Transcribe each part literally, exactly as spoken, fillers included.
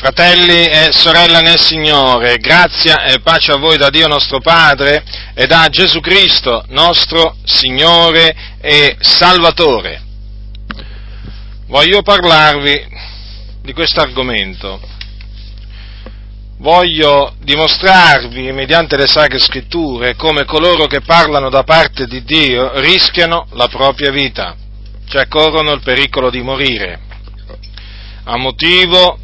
Fratelli e sorelle nel Signore, grazia e pace a voi da Dio nostro Padre e da Gesù Cristo, nostro Signore e Salvatore. Voglio parlarvi di questo argomento. Voglio dimostrarvi, mediante le Sacre Scritture, come coloro che parlano da parte di Dio rischiano la propria vita, cioè corrono il pericolo di morire, a motivo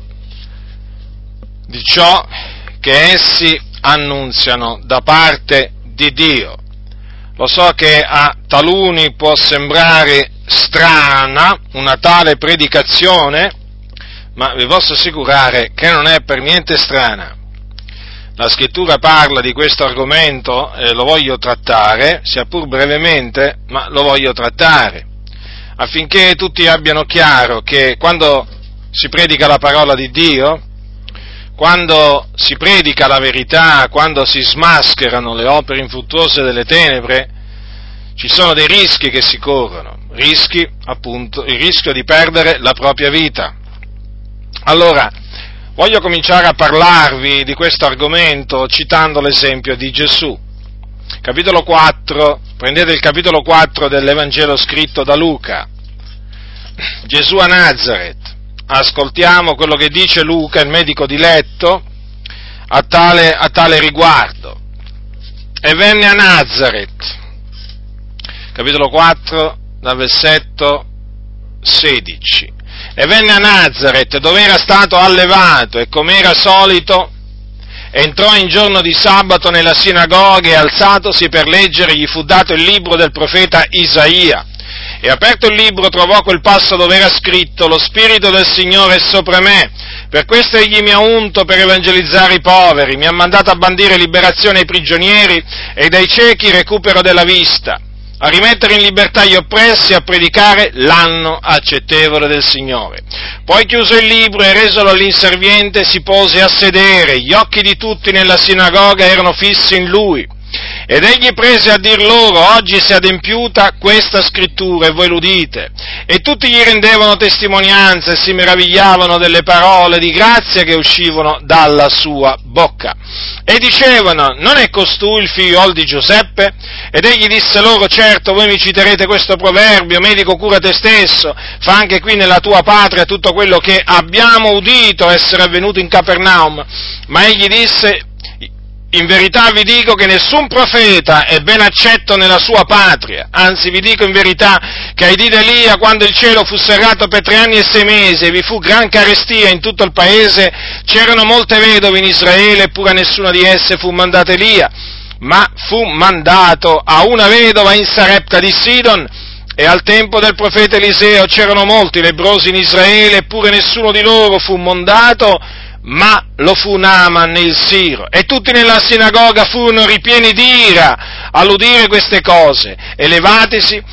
di ciò che essi annunziano da parte di Dio. Lo so che a taluni può sembrare strana una tale predicazione, ma vi posso assicurare che non è per niente strana. La Scrittura parla di questo argomento e lo voglio trattare, sia pur brevemente, ma lo voglio trattare, affinché tutti abbiano chiaro che quando si predica la parola di Dio, quando si predica la verità, quando si smascherano le opere infruttuose delle tenebre, ci sono dei rischi che si corrono, rischi, appunto, il rischio di perdere la propria vita. Allora, voglio cominciare a parlarvi di questo argomento citando l'esempio di Gesù. Capitolo quattro, prendete il capitolo quattro dell'Evangelo scritto da Luca. Gesù a Nazaret. Ascoltiamo quello che dice Luca, il medico diletto, a tale, a tale riguardo. E venne a Nazaret, capitolo quattro, dal versetto sedici. E venne a Nazaret, dove era stato allevato, e come era solito, entrò in giorno di sabato nella sinagoga e alzatosi per leggere, gli fu dato il libro del profeta Isaia. E aperto il libro trovò quel passo dove era scritto: lo Spirito del Signore è sopra me, per questo egli mi ha unto per evangelizzare i poveri, mi ha mandato a bandire liberazione ai prigionieri e dai ciechi recupero della vista, a rimettere in libertà gli oppressi e a predicare l'anno accettevole del Signore. Poi chiuse il libro e resolo all'inserviente si pose a sedere, gli occhi di tutti nella sinagoga erano fissi in lui. Ed egli prese a dir loro: oggi si è adempiuta questa scrittura e voi l'udite. E tutti gli rendevano testimonianza e si meravigliavano delle parole di grazia che uscivano dalla sua bocca. E dicevano: non è costui il figliuol di Giuseppe? Ed egli disse loro: certo, voi mi citerete questo proverbio: medico, cura te stesso, fa anche qui nella tua patria tutto quello che abbiamo udito essere avvenuto in Capernaum. Ma egli disse: in verità vi dico che nessun profeta è ben accetto nella sua patria, anzi vi dico in verità che ai dì d'Elia, quando il cielo fu serrato per tre anni e sei mesi e vi fu gran carestia in tutto il paese, c'erano molte vedove in Israele, eppure a nessuna di esse fu mandato Elia, ma fu mandato a una vedova in Sarepta di Sidon. E al tempo del profeta Eliseo c'erano molti lebbrosi in Israele, eppure nessuno di loro fu mandato, ma lo fu Naaman il Siro. E tutti nella sinagoga furono ripieni d'ira all'udire queste cose, e levatisi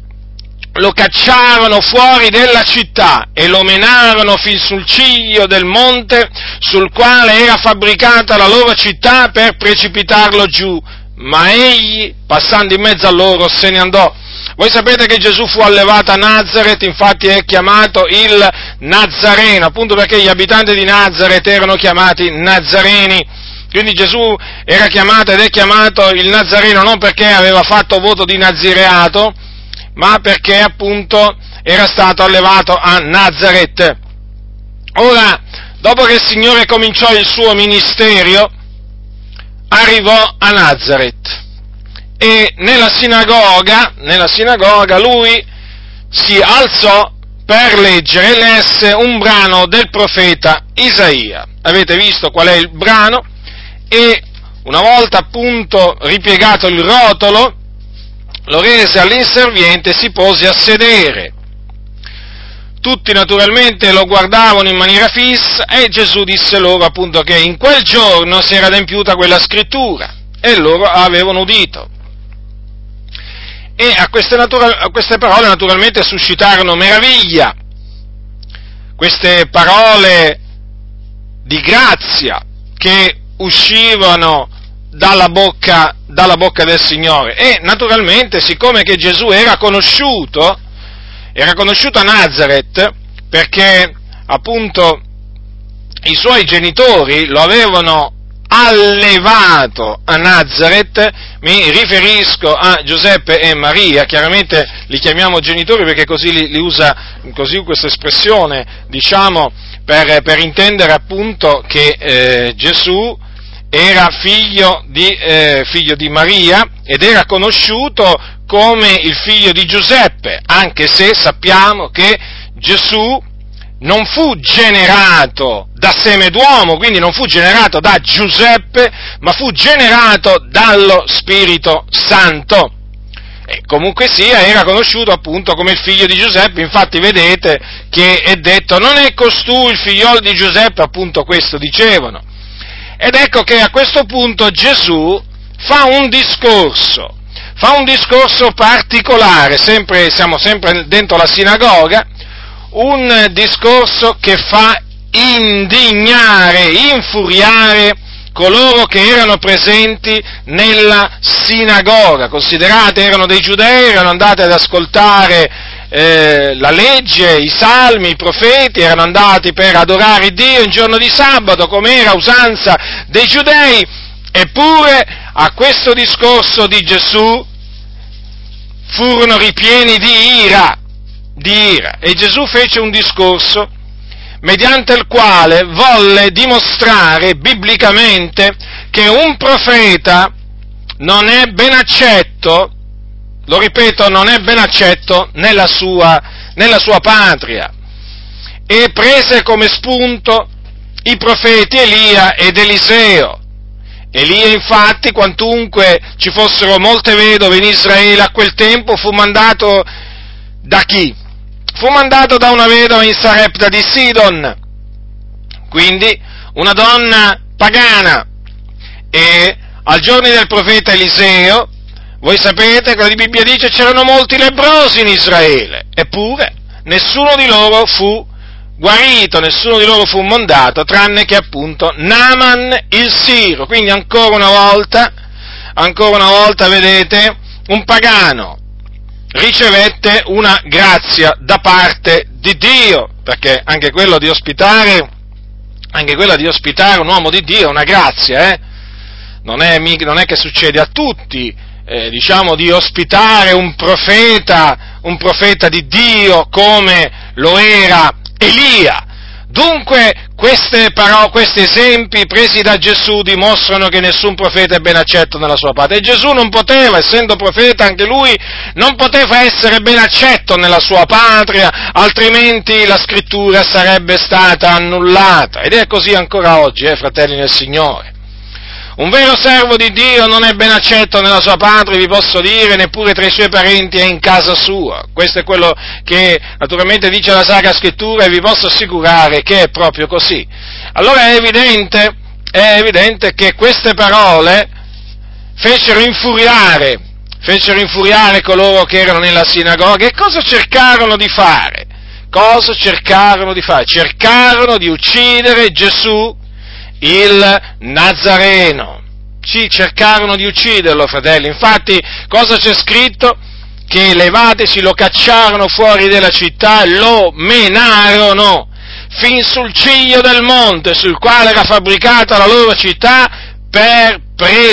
lo cacciarono fuori della città e lo menarono fin sul ciglio del monte sul quale era fabbricata la loro città, per precipitarlo giù, ma egli, passando in mezzo a loro, se ne andò. Voi sapete che Gesù fu allevato a Nazaret, infatti è chiamato il Nazareno, appunto perché gli abitanti di Nazaret erano chiamati Nazareni. Quindi Gesù era chiamato ed è chiamato il Nazareno non perché aveva fatto voto di nazireato, ma perché appunto era stato allevato a Nazaret. Ora, dopo che il Signore cominciò il suo ministero, arrivò a Nazaret. E nella sinagoga, nella sinagoga lui si alzò per leggere e lesse un brano del profeta Isaia. Avete visto qual è il brano? E una volta appunto ripiegato il rotolo, lo rese all'inserviente e si pose a sedere. Tutti naturalmente lo guardavano in maniera fissa e Gesù disse loro appunto che in quel giorno si era adempiuta quella scrittura e loro avevano udito. E a queste, natura- a queste parole naturalmente suscitarono meraviglia, queste parole di grazia che uscivano dalla bocca, dalla bocca del Signore. E naturalmente, siccome che Gesù era conosciuto, era conosciuto a Nazaret, perché appunto i suoi genitori lo avevano allevato a Nazareth, mi riferisco a Giuseppe e Maria, chiaramente li chiamiamo genitori perché così li, li usa così questa espressione, diciamo, per, per intendere appunto che eh, Gesù era figlio di, eh, figlio di Maria ed era conosciuto come il figlio di Giuseppe, anche se sappiamo che Gesù non fu generato da seme d'uomo, quindi non fu generato da Giuseppe, ma fu generato dallo Spirito Santo. E comunque sia, era conosciuto appunto come il figlio di Giuseppe, infatti vedete che è detto, non è costui il figliolo di Giuseppe, appunto questo dicevano. Ed ecco che a questo punto Gesù fa un discorso, fa un discorso particolare, sempre, siamo sempre dentro la sinagoga, un discorso che fa indignare, infuriare coloro che erano presenti nella sinagoga. Considerate, erano dei giudei, erano andati ad ascoltare eh, la legge, i salmi, i profeti, erano andati per adorare Dio in giorno di sabato, come era usanza dei giudei, eppure a questo discorso di Gesù furono ripieni di ira, di ira, e Gesù fece un discorso mediante il quale volle dimostrare biblicamente che un profeta non è ben accetto, lo ripeto, non è ben accetto nella sua, nella sua patria, e prese come spunto i profeti Elia ed Eliseo. Elia, infatti, quantunque ci fossero molte vedove in Israele a quel tempo, fu mandato da chi? Fu mandato da una vedova in Sarepta di Sidon, quindi una donna pagana, e al giorno del profeta Eliseo, voi sapete che la Bibbia dice c'erano molti lebbrosi in Israele, eppure nessuno di loro fu guarito, nessuno di loro fu mondato, tranne che appunto Naaman il Siro. Quindi ancora una volta, ancora una volta, vedete, un pagano ricevette una grazia da parte di Dio, perché anche quello di ospitare, anche quella di ospitare un uomo di Dio è una grazia, eh? Non è, non è che succede a tutti, eh, diciamo, di ospitare un profeta, un profeta di Dio come lo era Elia. Dunque, queste parole, questi esempi presi da Gesù dimostrano che nessun profeta è ben accetto nella sua patria. E Gesù non poteva, essendo profeta anche lui, non poteva essere ben accetto nella sua patria, altrimenti la scrittura sarebbe stata annullata. Ed è così ancora oggi, eh, fratelli nel Signore. Un vero servo di Dio non è ben accetto nella sua patria, vi posso dire, neppure tra i suoi parenti e in casa sua. Questo è quello che naturalmente dice la Sacra Scrittura, e vi posso assicurare che è proprio così. Allora è evidente, è evidente che queste parole fecero infuriare, fecero infuriare coloro che erano nella sinagoga. E cosa cercarono di fare? Cosa cercarono di fare? Cercarono di uccidere Gesù, il Nazareno. Ci cercarono di ucciderlo, fratelli. Infatti, cosa c'è scritto? Che levatesi lo cacciarono fuori della città, lo menarono fin sul ciglio del monte sul quale era fabbricata la loro città, per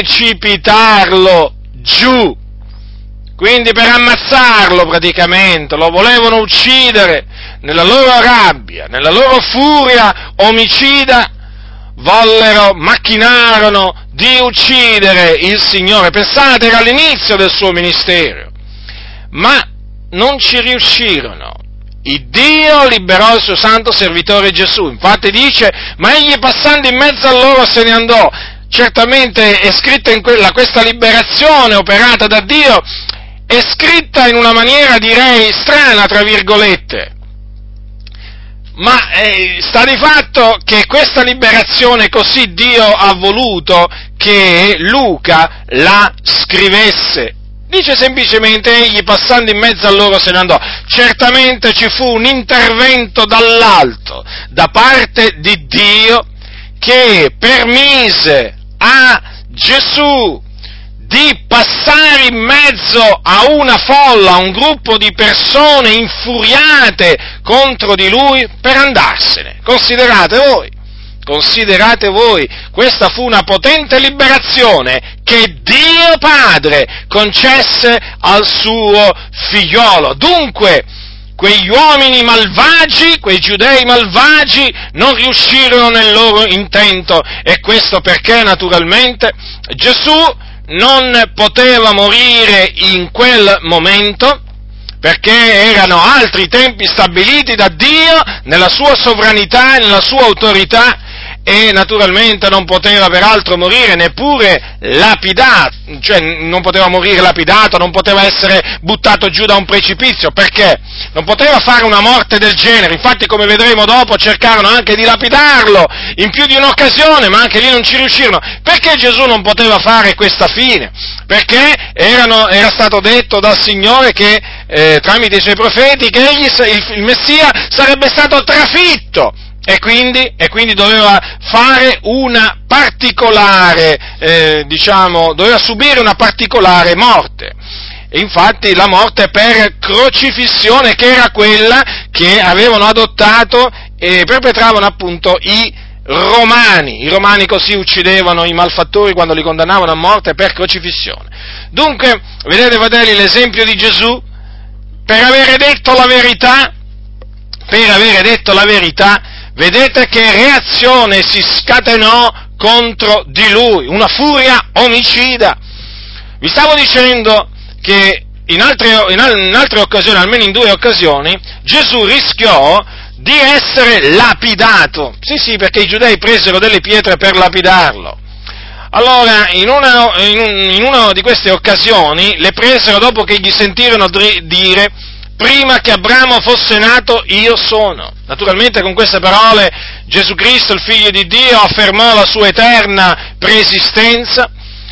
precipitarlo giù. Quindi per ammazzarlo praticamente, lo volevano uccidere nella loro rabbia, nella loro furia omicida. Vollero, macchinarono di uccidere il Signore. Pensate, era all'inizio del suo ministero, ma non ci riuscirono. Il Dio liberò il suo santo servitore Gesù. Infatti dice, ma egli passando in mezzo a loro se ne andò. Certamente è scritta in quella, questa liberazione operata da Dio, è scritta in una maniera, direi, strana, tra virgolette. Ma eh, sta di fatto che questa liberazione così Dio ha voluto che Luca la scrivesse. Dice semplicemente, egli passando in mezzo a loro se ne andò. Certamente ci fu un intervento dall'alto, da parte di Dio, che permise a Gesù di passare in mezzo a una folla, a un gruppo di persone infuriate contro di lui, per andarsene. Considerate voi, Considerate voi, questa fu una potente liberazione che Dio Padre concesse al suo figliolo. Dunque, quegli uomini malvagi, quei giudei malvagi, non riuscirono nel loro intento, e questo perché naturalmente Gesù non poteva morire in quel momento, perché erano altri tempi stabiliti da Dio nella sua sovranità e nella sua autorità, e naturalmente non poteva peraltro morire neppure lapidato, cioè non poteva morire lapidato, non poteva essere buttato giù da un precipizio, perché non poteva fare una morte del genere. Infatti, come vedremo dopo, cercarono anche di lapidarlo in più di un'occasione, ma anche lì non ci riuscirono. Perché Gesù non poteva fare questa fine? Perché erano, era stato detto dal Signore che eh, tramite i suoi profeti che egli, il, il Messia sarebbe stato trafitto. E quindi, e quindi doveva fare una particolare, eh, diciamo, doveva subire una particolare morte. E infatti la morte per crocifissione, che era quella che avevano adottato e perpetravano appunto i romani. I romani così uccidevano i malfattori quando li condannavano a morte per crocifissione. Dunque, vedete, fratelli, l'esempio di Gesù, per avere detto la verità, per avere detto la verità, vedete che reazione si scatenò contro di lui, una furia omicida. Vi stavo dicendo che in altre, in altre occasioni, almeno in due occasioni, Gesù rischiò di essere lapidato. Sì, sì, perché i giudei presero delle pietre per lapidarlo. Allora, in una, in, in una di queste occasioni, le presero dopo che gli sentirono dire: prima che Abramo fosse nato, io sono. Naturalmente con queste parole Gesù Cristo, il Figlio di Dio, affermò la sua eterna preesistenza,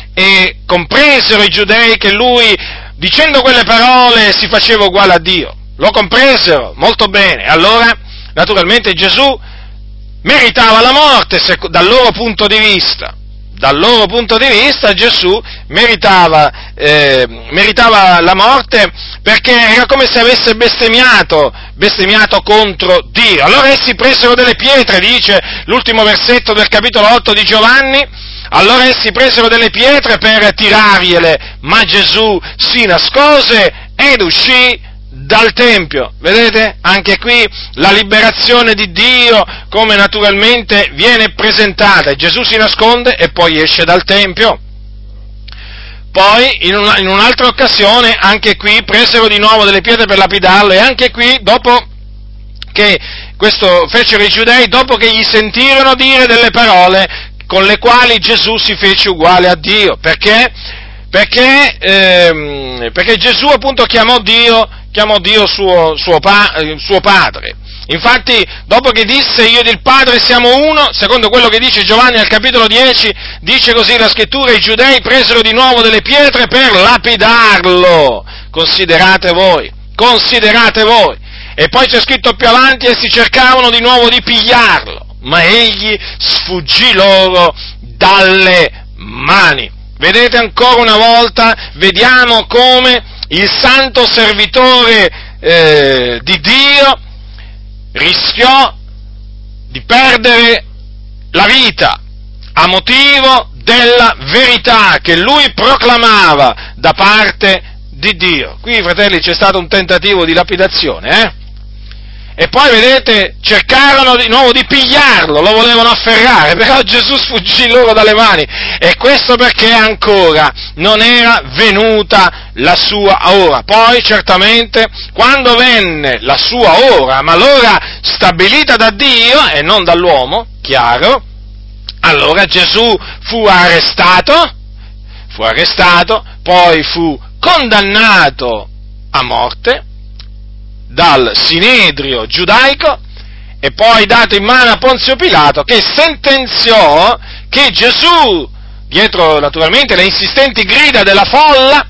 e compresero i giudei che lui, dicendo quelle parole, si faceva uguale a Dio. Lo compresero molto bene. Allora, naturalmente Gesù meritava la morte dal loro punto di vista. Dal loro punto di vista Gesù meritava, eh, meritava la morte, perché era come se avesse bestemmiato, bestemmiato contro Dio. Allora essi presero delle pietre, dice l'ultimo versetto del capitolo otto di Giovanni, allora essi presero delle pietre per tirargliele, ma Gesù si nascose ed uscì dal Tempio. Vedete? Anche qui la liberazione di Dio, come naturalmente viene presentata. Gesù si nasconde e poi esce dal Tempio. Poi, in, una, in un'altra occasione, anche qui presero di nuovo delle pietre per lapidarlo, e anche qui, dopo che questo fecero i giudei, dopo che gli sentirono dire delle parole con le quali Gesù si fece uguale a Dio. Perché? Perché, ehm, perché Gesù appunto chiamò Dio, chiamò Dio suo, suo, pa, eh, suo Padre. Infatti, dopo che disse io ed il Padre siamo uno, secondo quello che dice Giovanni al capitolo dieci, dice così la scrittura: i giudei presero di nuovo delle pietre per lapidarlo. Considerate voi, considerate voi. E poi c'è scritto più avanti: essi cercavano di nuovo di pigliarlo, ma egli sfuggì loro dalle mani. Vedete, ancora una volta vediamo come il santo servitore eh, di Dio rischiò di perdere la vita a motivo della verità che lui proclamava da parte di Dio. Qui, fratelli, c'è stato un tentativo di lapidazione, eh? E poi, vedete, cercarono di nuovo di pigliarlo, lo volevano afferrare, però Gesù sfuggì loro dalle mani. E questo perché ancora non era venuta la sua ora. Poi, certamente, quando venne la sua ora, ma l'ora stabilita da Dio e non dall'uomo, chiaro, allora Gesù fu arrestato, fu arrestato, poi fu condannato a morte dal Sinedrio giudaico e poi dato in mano a Ponzio Pilato, che sentenziò che Gesù, dietro naturalmente le insistenti grida della folla,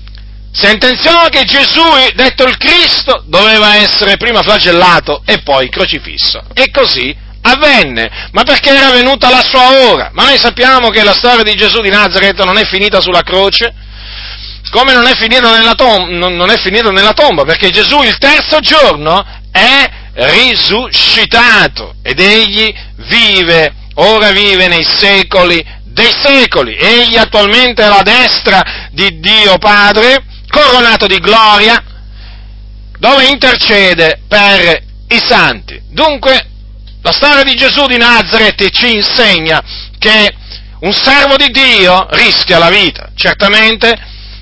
sentenziò che Gesù, detto il Cristo, doveva essere prima flagellato e poi crocifisso. E così avvenne, ma perché era venuta la sua ora. Ma noi sappiamo che la storia di Gesù di Nazaret non è finita sulla croce, come non è finito nella tomba, non è finito nella tomba, perché Gesù il terzo giorno è risuscitato ed egli vive ora vive nei secoli dei secoli. Egli attualmente è alla destra di Dio Padre, coronato di gloria, dove intercede per i santi. Dunque, la storia di Gesù di Nazaret ci insegna che un servo di Dio rischia la vita, certamente.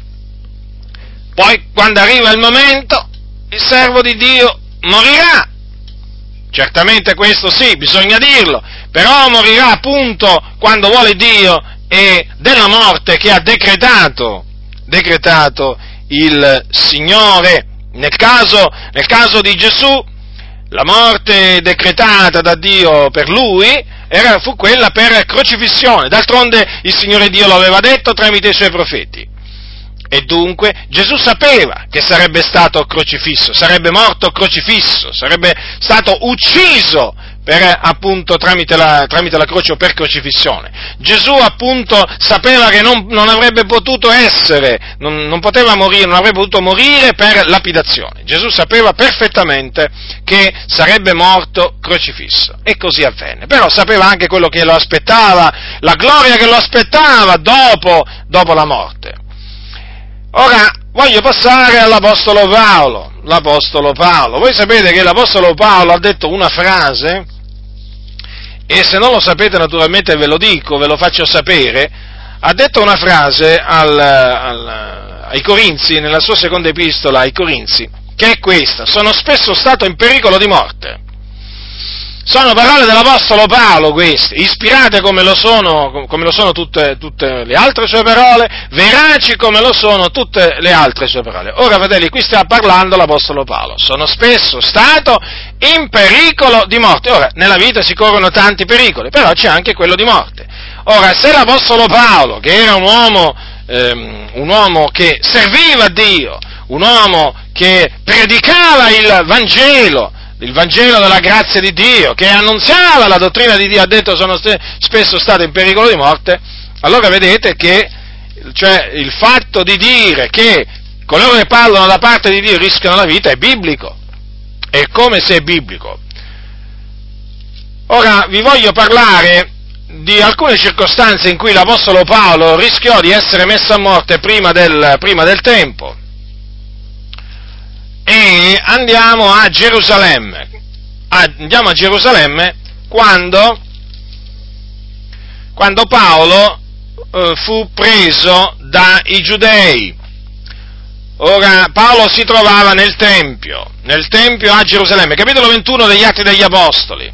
Poi, quando arriva il momento, il servo di Dio morirà. Certamente questo sì, bisogna dirlo, però morirà appunto quando vuole Dio e della morte che ha decretato, decretato il Signore. Nel caso, nel caso di Gesù, la morte decretata da Dio per lui era, fu quella per crocifissione. D'altronde il Signore Dio lo aveva detto tramite i suoi profeti. E dunque Gesù sapeva che sarebbe stato crocifisso, sarebbe morto crocifisso, sarebbe stato ucciso per, appunto, tramite la, tramite la croce o per crocifissione. Gesù appunto sapeva che non, non avrebbe potuto essere, non, non poteva morire, non avrebbe potuto morire per lapidazione. Gesù sapeva perfettamente che sarebbe morto crocifisso, e così avvenne. Però sapeva anche quello che lo aspettava, la gloria che lo aspettava dopo, dopo la morte. Ora, voglio passare all'Apostolo Paolo, l'Apostolo Paolo. Voi sapete che l'Apostolo Paolo ha detto una frase, e se non lo sapete naturalmente ve lo dico, ve lo faccio sapere, ha detto una frase al, al, ai Corinzi, nella sua seconda epistola ai Corinzi, che è questa: sono spesso stato in pericolo di morte. Sono parole dell'Apostolo Paolo queste, ispirate come lo sono, come lo sono tutte, tutte le altre sue parole, veraci come lo sono tutte le altre sue parole. Ora, fratelli, qui sta parlando l'Apostolo Paolo: sono spesso stato in pericolo di morte. Ora, nella vita si corrono tanti pericoli, però c'è anche quello di morte. Ora, se l'Apostolo Paolo, che era un uomo, ehm, un uomo che serviva a Dio, un uomo che predicava il Vangelo, il Vangelo della grazia di Dio, che annunziava la dottrina di Dio, ha detto sono spesso stato in pericolo di morte, allora vedete che, cioè, il fatto di dire che coloro che parlano da parte di Dio rischiano la vita è biblico, è come se è biblico. Ora vi voglio parlare di alcune circostanze in cui l'Apostolo Paolo rischiò di essere messo a morte prima del, prima del tempo. E andiamo a Gerusalemme, andiamo a Gerusalemme quando, quando Paolo eh, fu preso dai giudei. Ora, Paolo si trovava nel Tempio, nel Tempio a Gerusalemme, capitolo ventuno degli Atti degli Apostoli.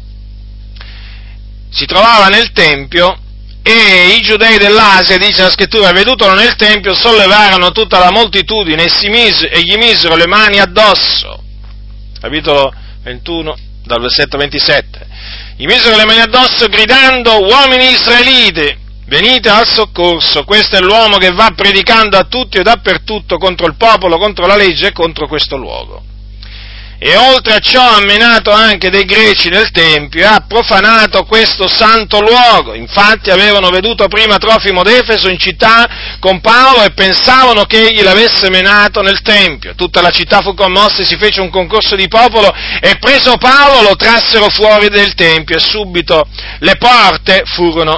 Si trovava nel Tempio e i giudei dell'Asia, dice la scrittura, vedutolo nel Tempio, sollevarono tutta la moltitudine e, si mise, e gli misero le mani addosso. Capitolo ventuno, dal versetto ventisette. Gli misero le mani addosso gridando: uomini israeliti, venite al soccorso, questo è l'uomo che va predicando a tutti e dappertutto contro il popolo, contro la legge e contro questo luogo. E oltre a ciò ha menato anche dei greci nel Tempio e ha profanato questo santo luogo. Infatti avevano veduto prima Trofimo d'Efeso in città con Paolo e pensavano che egli l'avesse menato nel Tempio. Tutta la città fu commossa e si fece un concorso di popolo e preso Paolo lo trassero fuori del Tempio e subito le porte furono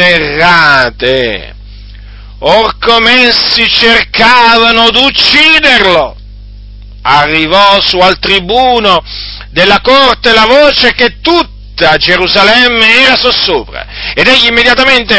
serrate. Or come essi cercavano d'ucciderlo, arrivò su al tribuno della corte la voce che tutta Gerusalemme era sossopra, ed egli immediatamente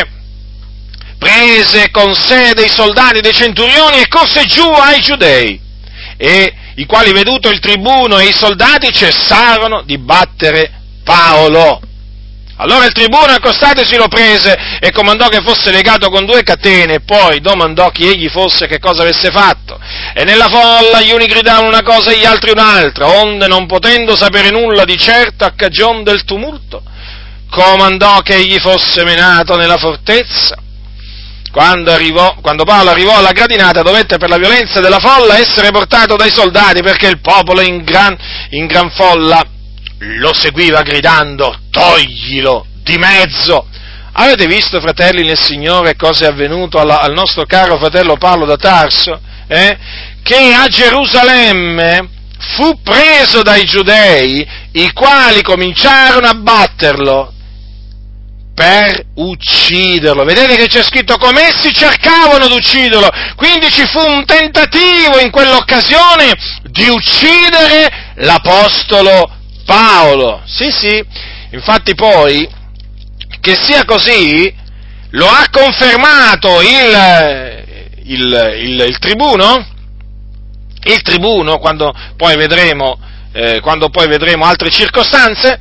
prese con sé dei soldati, dei centurioni e corse giù ai giudei, e i quali, veduto il tribuno e i soldati, cessarono di battere Paolo. Allora il tribuno, accostatosi, lo prese e comandò che fosse legato con due catene, e poi domandò chi egli fosse e che cosa avesse fatto. E nella folla gli uni gridavano una cosa e gli altri un'altra, onde, non potendo sapere nulla di certo a cagion del tumulto, comandò che egli fosse menato nella fortezza. Quando, arrivò, quando Paolo arrivò alla gradinata, dovette per la violenza della folla essere portato dai soldati, perché il popolo in gran, in gran folla lo seguiva gridando: toglilo di mezzo. Avete visto, fratelli nel Signore, cosa è avvenuto alla, al nostro caro fratello Paolo da Tarso? Eh? Che a Gerusalemme fu preso dai giudei, i quali cominciarono a batterlo per ucciderlo. Vedete che c'è scritto come essi cercavano di ucciderlo, quindi ci fu un tentativo in quell'occasione di uccidere l'apostolo Paolo. Sì, sì, infatti poi, che sia così, lo ha confermato il, il, il, il tribuno, il tribuno, quando poi vedremo, eh, quando poi vedremo altre circostanze,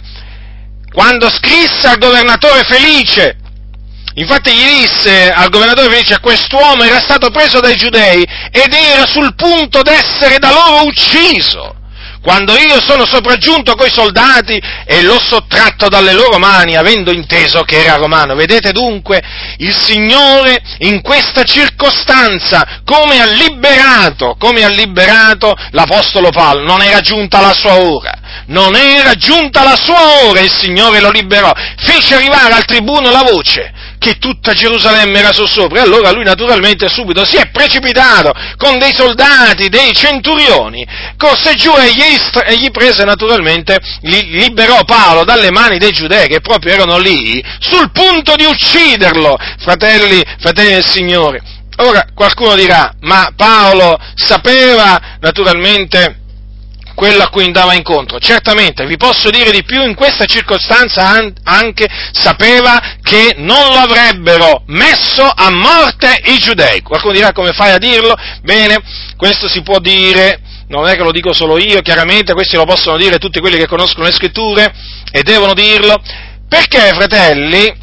quando scrisse al governatore Felice. Infatti gli disse al governatore Felice: quest'uomo era stato preso dai giudei ed era sul punto d'essere da loro ucciso, quando io sono sopraggiunto coi soldati e l'ho sottratto dalle loro mani, avendo inteso che era romano. Vedete dunque, il Signore in questa circostanza, come ha liberato, come ha liberato l'Apostolo Paolo, non era giunta la sua ora. Non era giunta la sua ora, il Signore lo liberò, fece arrivare al tribuno la voce che tutta Gerusalemme era sossopra, e allora lui naturalmente subito si è precipitato con dei soldati, dei centurioni, corse giù e gli, e gli prese naturalmente, li liberò Paolo dalle mani dei giudei che proprio erano lì, sul punto di ucciderlo, fratelli, fratelli del Signore. Ora qualcuno dirà: ma Paolo sapeva naturalmente quello a cui andava incontro? Certamente, vi posso dire di più, in questa circostanza anche sapeva che non lo avrebbero messo a morte i giudei. Qualcuno dirà: come fai a dirlo? Bene, questo si può dire, non è che lo dico solo io, chiaramente, questi lo possono dire tutti quelli che conoscono le scritture e devono dirlo, perché, fratelli,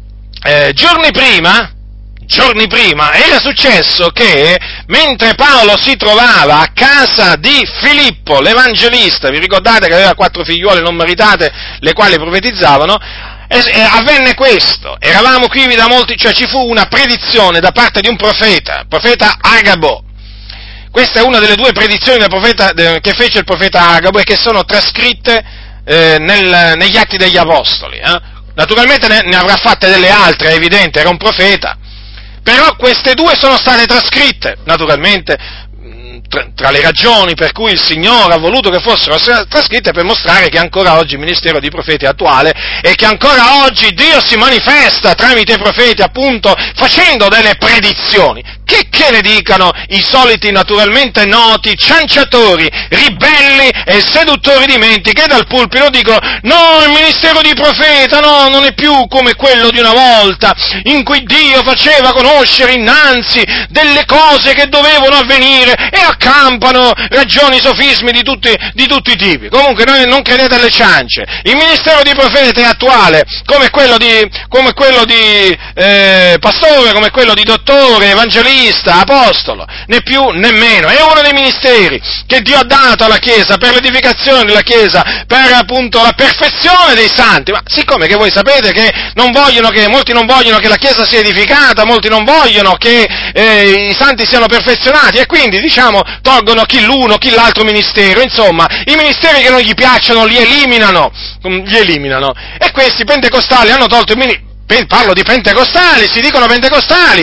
eh, giorni prima, giorni prima era successo che, mentre Paolo si trovava a casa di Filippo, l'evangelista, vi ricordate che aveva quattro figliuole non maritate, le quali profetizzavano, e avvenne questo: eravamo quivi da molti, cioè ci fu una predizione da parte di un profeta, il profeta Agabo. Questa è una delle due predizioni del profeta, che fece il profeta Agabo e che sono trascritte eh, nel, negli Atti degli Apostoli. Eh? Naturalmente ne, ne avrà fatte delle altre, è evidente, era un profeta. Però queste due sono state trascritte, naturalmente, tra, tra le ragioni per cui il Signore ha voluto che fossero trascritte, per mostrare che ancora oggi il ministero dei profeti è attuale e che ancora oggi Dio si manifesta tramite i profeti, appunto, facendo delle predizioni. Che, che ne dicano i soliti, naturalmente noti, cianciatori, ribelli e seduttori di menti, che dal pulpito dicono: no, il ministero di profeta, no, non è più come quello di una volta, in cui Dio faceva conoscere innanzi delle cose che dovevano avvenire, e accampano ragioni, sofismi di tutti, di tutti i tipi. Comunque noi non credete alle ciance. Il ministero di profeta è attuale, come quello di, come quello di eh, pastore, come quello di dottore, evangelista, apostolo, né più né meno. È uno dei ministeri che Dio ha dato alla Chiesa per l'edificazione della Chiesa, per appunto la perfezione dei santi. Ma siccome che voi sapete che non vogliono che, molti non vogliono che la Chiesa sia edificata, molti non vogliono che eh, i santi siano perfezionati, e quindi, diciamo, tolgono chi l'uno, chi l'altro ministero, insomma, i ministeri che non gli piacciono li eliminano, li eliminano. E questi pentecostali hanno tolto il ministero, parlo di pentecostali, si dicono pentecostali,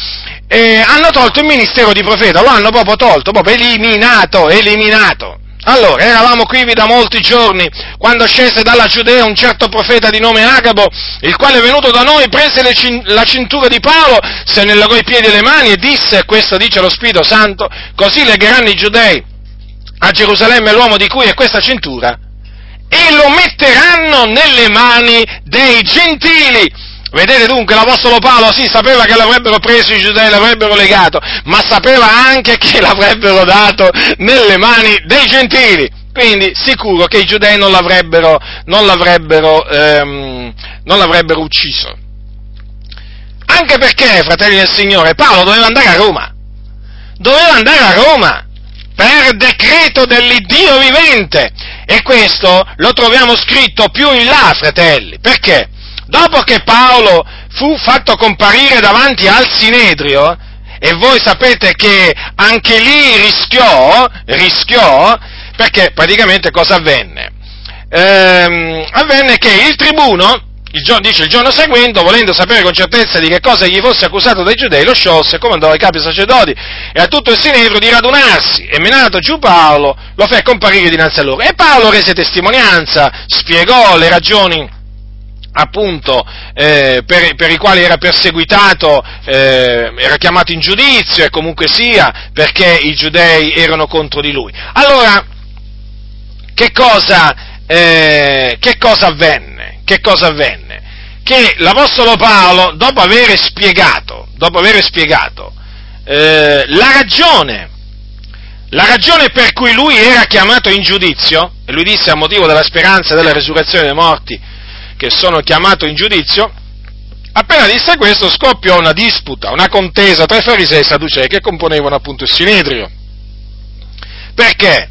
Eh, hanno tolto il ministero di profeta, lo hanno proprio tolto, proprio eliminato, eliminato. Allora, eravamo quivi da molti giorni, quando scese dalla Giudea un certo profeta di nome Agabo, il quale venuto da noi prese le cin- la cintura di Paolo, se ne legò i piedi e le mani e disse, questo dice lo Spirito Santo: così legheranno i giudei a Gerusalemme l'uomo di cui è questa cintura, e lo metteranno nelle mani dei gentili. Vedete dunque, l'Apostolo Paolo sì, sapeva che l'avrebbero preso i giudei, l'avrebbero legato, ma sapeva anche che l'avrebbero dato nelle mani dei gentili. Quindi sicuro che i giudei non l'avrebbero, non l'avrebbero, ehm, non l'avrebbero ucciso. Anche perché, fratelli del Signore, Paolo doveva andare a Roma. Doveva andare a Roma per decreto dell'Iddio vivente. E questo lo troviamo scritto più in là, fratelli. Perché? Dopo che Paolo fu fatto comparire davanti al Sinedrio, e voi sapete che anche lì rischiò, rischiò, perché praticamente cosa avvenne? Ehm, avvenne che il tribuno, il giorno, dice il giorno seguente, volendo sapere con certezza di che cosa gli fosse accusato dai giudei, lo sciolse e comandò ai capi sacerdoti e a tutto il Sinedrio di radunarsi, e menato giù Paolo, lo fe comparire dinanzi a loro. E Paolo rese testimonianza, spiegò le ragioni appunto eh, per, per i quali era perseguitato, eh, era chiamato in giudizio e comunque sia perché i giudei erano contro di lui. Allora, che cosa, eh, che cosa avvenne? Che cosa avvenne? Che l'Apostolo Paolo, dopo aver spiegato, dopo aver spiegato eh, la ragione, la ragione per cui lui era chiamato in giudizio, e lui disse a motivo della speranza della resurrezione dei morti, che sono chiamato in giudizio, appena disse questo scoppiò una disputa, una contesa tra i farisei e i sadducei che componevano appunto il Sinedrio. Perché?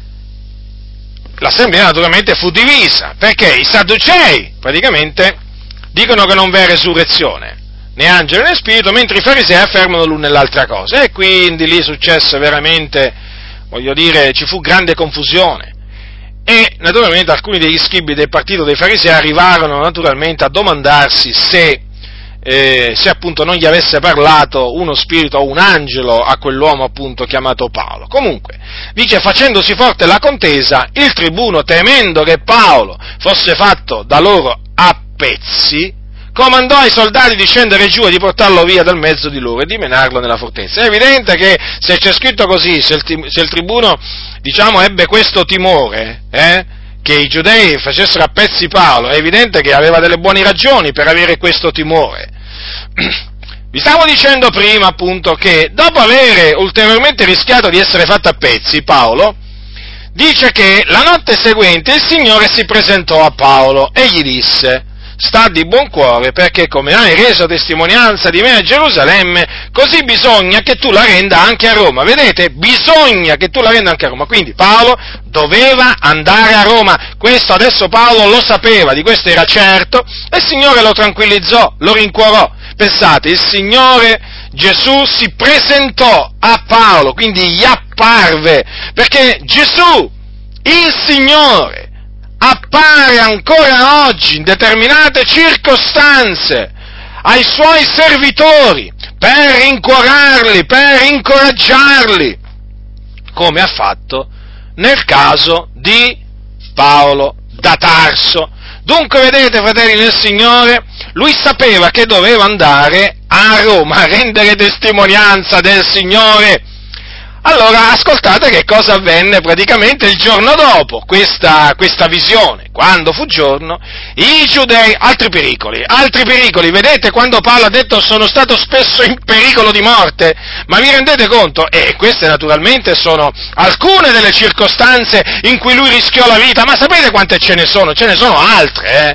L'assemblea naturalmente fu divisa, perché i sadducei praticamente dicono che non v'è resurrezione, né angelo né spirito, mentre i farisei affermano l'una e l'altra cosa, e quindi lì successe veramente, voglio dire, ci fu grande confusione. E naturalmente alcuni degli scribi del partito dei farisei arrivarono naturalmente a domandarsi se, eh, se appunto non gli avesse parlato uno spirito o un angelo a quell'uomo appunto chiamato Paolo. Comunque, dice, facendosi forte la contesa, il tribuno, temendo che Paolo fosse fatto da loro a pezzi, comandò ai soldati di scendere giù e di portarlo via dal mezzo di loro e di menarlo nella fortezza. È evidente che se c'è scritto così, se il, se il tribuno, diciamo, ebbe questo timore, eh, che i giudei facessero a pezzi Paolo, è evidente che aveva delle buone ragioni per avere questo timore. Vi stavo dicendo prima, appunto, che dopo aver ulteriormente rischiato di essere fatto a pezzi, Paolo dice che la notte seguente il Signore si presentò a Paolo e gli disse: sta di buon cuore, perché come hai reso testimonianza di me a Gerusalemme, così bisogna che tu la renda anche a Roma. Vedete? Bisogna che tu la renda anche a Roma. Quindi Paolo doveva andare a Roma. Questo adesso Paolo lo sapeva, di questo era certo, e il Signore lo tranquillizzò, lo rincuorò. Pensate, il Signore Gesù si presentò a Paolo, quindi gli apparve, perché Gesù, il Signore, appare ancora oggi in determinate circostanze ai suoi servitori per rincuorarli, per incoraggiarli, come ha fatto nel caso di Paolo da Tarso. Dunque, vedete, fratelli nel Signore, lui sapeva che doveva andare a Roma a rendere testimonianza del Signore. Allora, ascoltate che cosa avvenne praticamente il giorno dopo questa, questa visione. Quando fu giorno, i giudei, altri pericoli, altri pericoli, vedete, quando Paolo ha detto sono stato spesso in pericolo di morte, ma vi rendete conto? E queste naturalmente sono alcune delle circostanze in cui lui rischiò la vita, ma sapete quante ce ne sono? Ce ne sono altre, eh?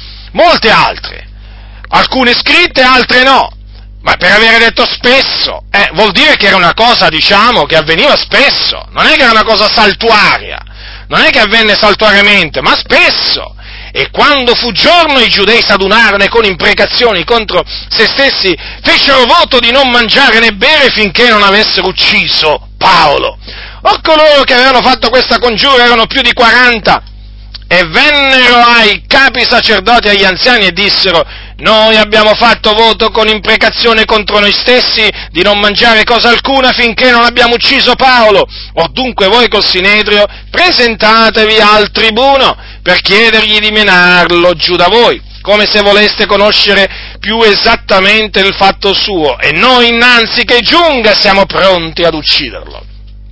Molte altre, alcune scritte, altre no. Ma per avere detto spesso, eh, vuol dire che era una cosa, diciamo, che avveniva spesso, non è che era una cosa saltuaria, non è che avvenne saltuariamente, ma spesso. E quando fu giorno i giudei s'adunarono e con imprecazioni contro se stessi fecero voto di non mangiare né bere finché non avessero ucciso Paolo. Or coloro che avevano fatto questa congiura erano più di quaranta, e vennero ai capi sacerdoti e agli anziani e dissero: noi abbiamo fatto voto con imprecazione contro noi stessi di non mangiare cosa alcuna finché non abbiamo ucciso Paolo. Or dunque voi col Sinedrio presentatevi al tribuno per chiedergli di menarlo giù da voi, come se voleste conoscere più esattamente il fatto suo, e noi innanzi che giunga siamo pronti ad ucciderlo.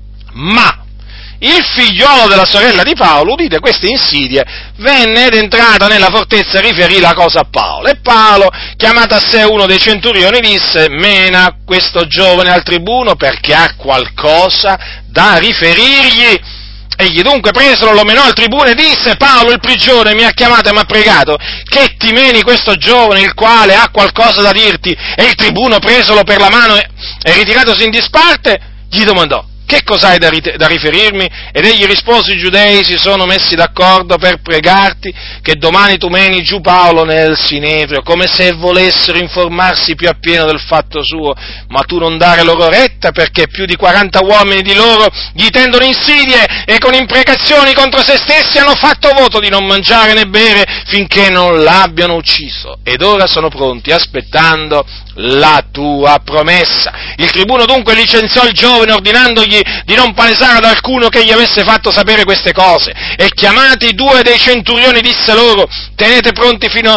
Ma il figliolo della sorella di Paolo, udite queste insidie, venne ed entrato nella fortezza e riferì la cosa a Paolo. E Paolo, chiamato a sé uno dei centurioni, disse: mena questo giovane al tribuno perché ha qualcosa da riferirgli. Egli dunque presero, lo menò al tribuno e disse: Paolo il prigione mi ha chiamato e mi ha pregato che ti meni questo giovane, il quale ha qualcosa da dirti. E il tribuno, presolo per la mano e, e ritiratosi in disparte, gli domandò: che cos'hai da, rit- da riferirmi? Ed egli rispose: i giudei si sono messi d'accordo per pregarti che domani tu meni giù Paolo nel Sinedrio, come se volessero informarsi più appieno del fatto suo, ma tu non dare loro retta, perché più di quaranta uomini di loro gli tendono insidie e con imprecazioni contro se stessi hanno fatto voto di non mangiare né bere finché non l'abbiano ucciso, ed ora sono pronti aspettando la tua promessa. Il tribuno dunque licenziò il giovane ordinandogli figli di non palesare ad alcuno che gli avesse fatto sapere queste cose. E chiamati due dei centurioni disse loro: tenete pronti fino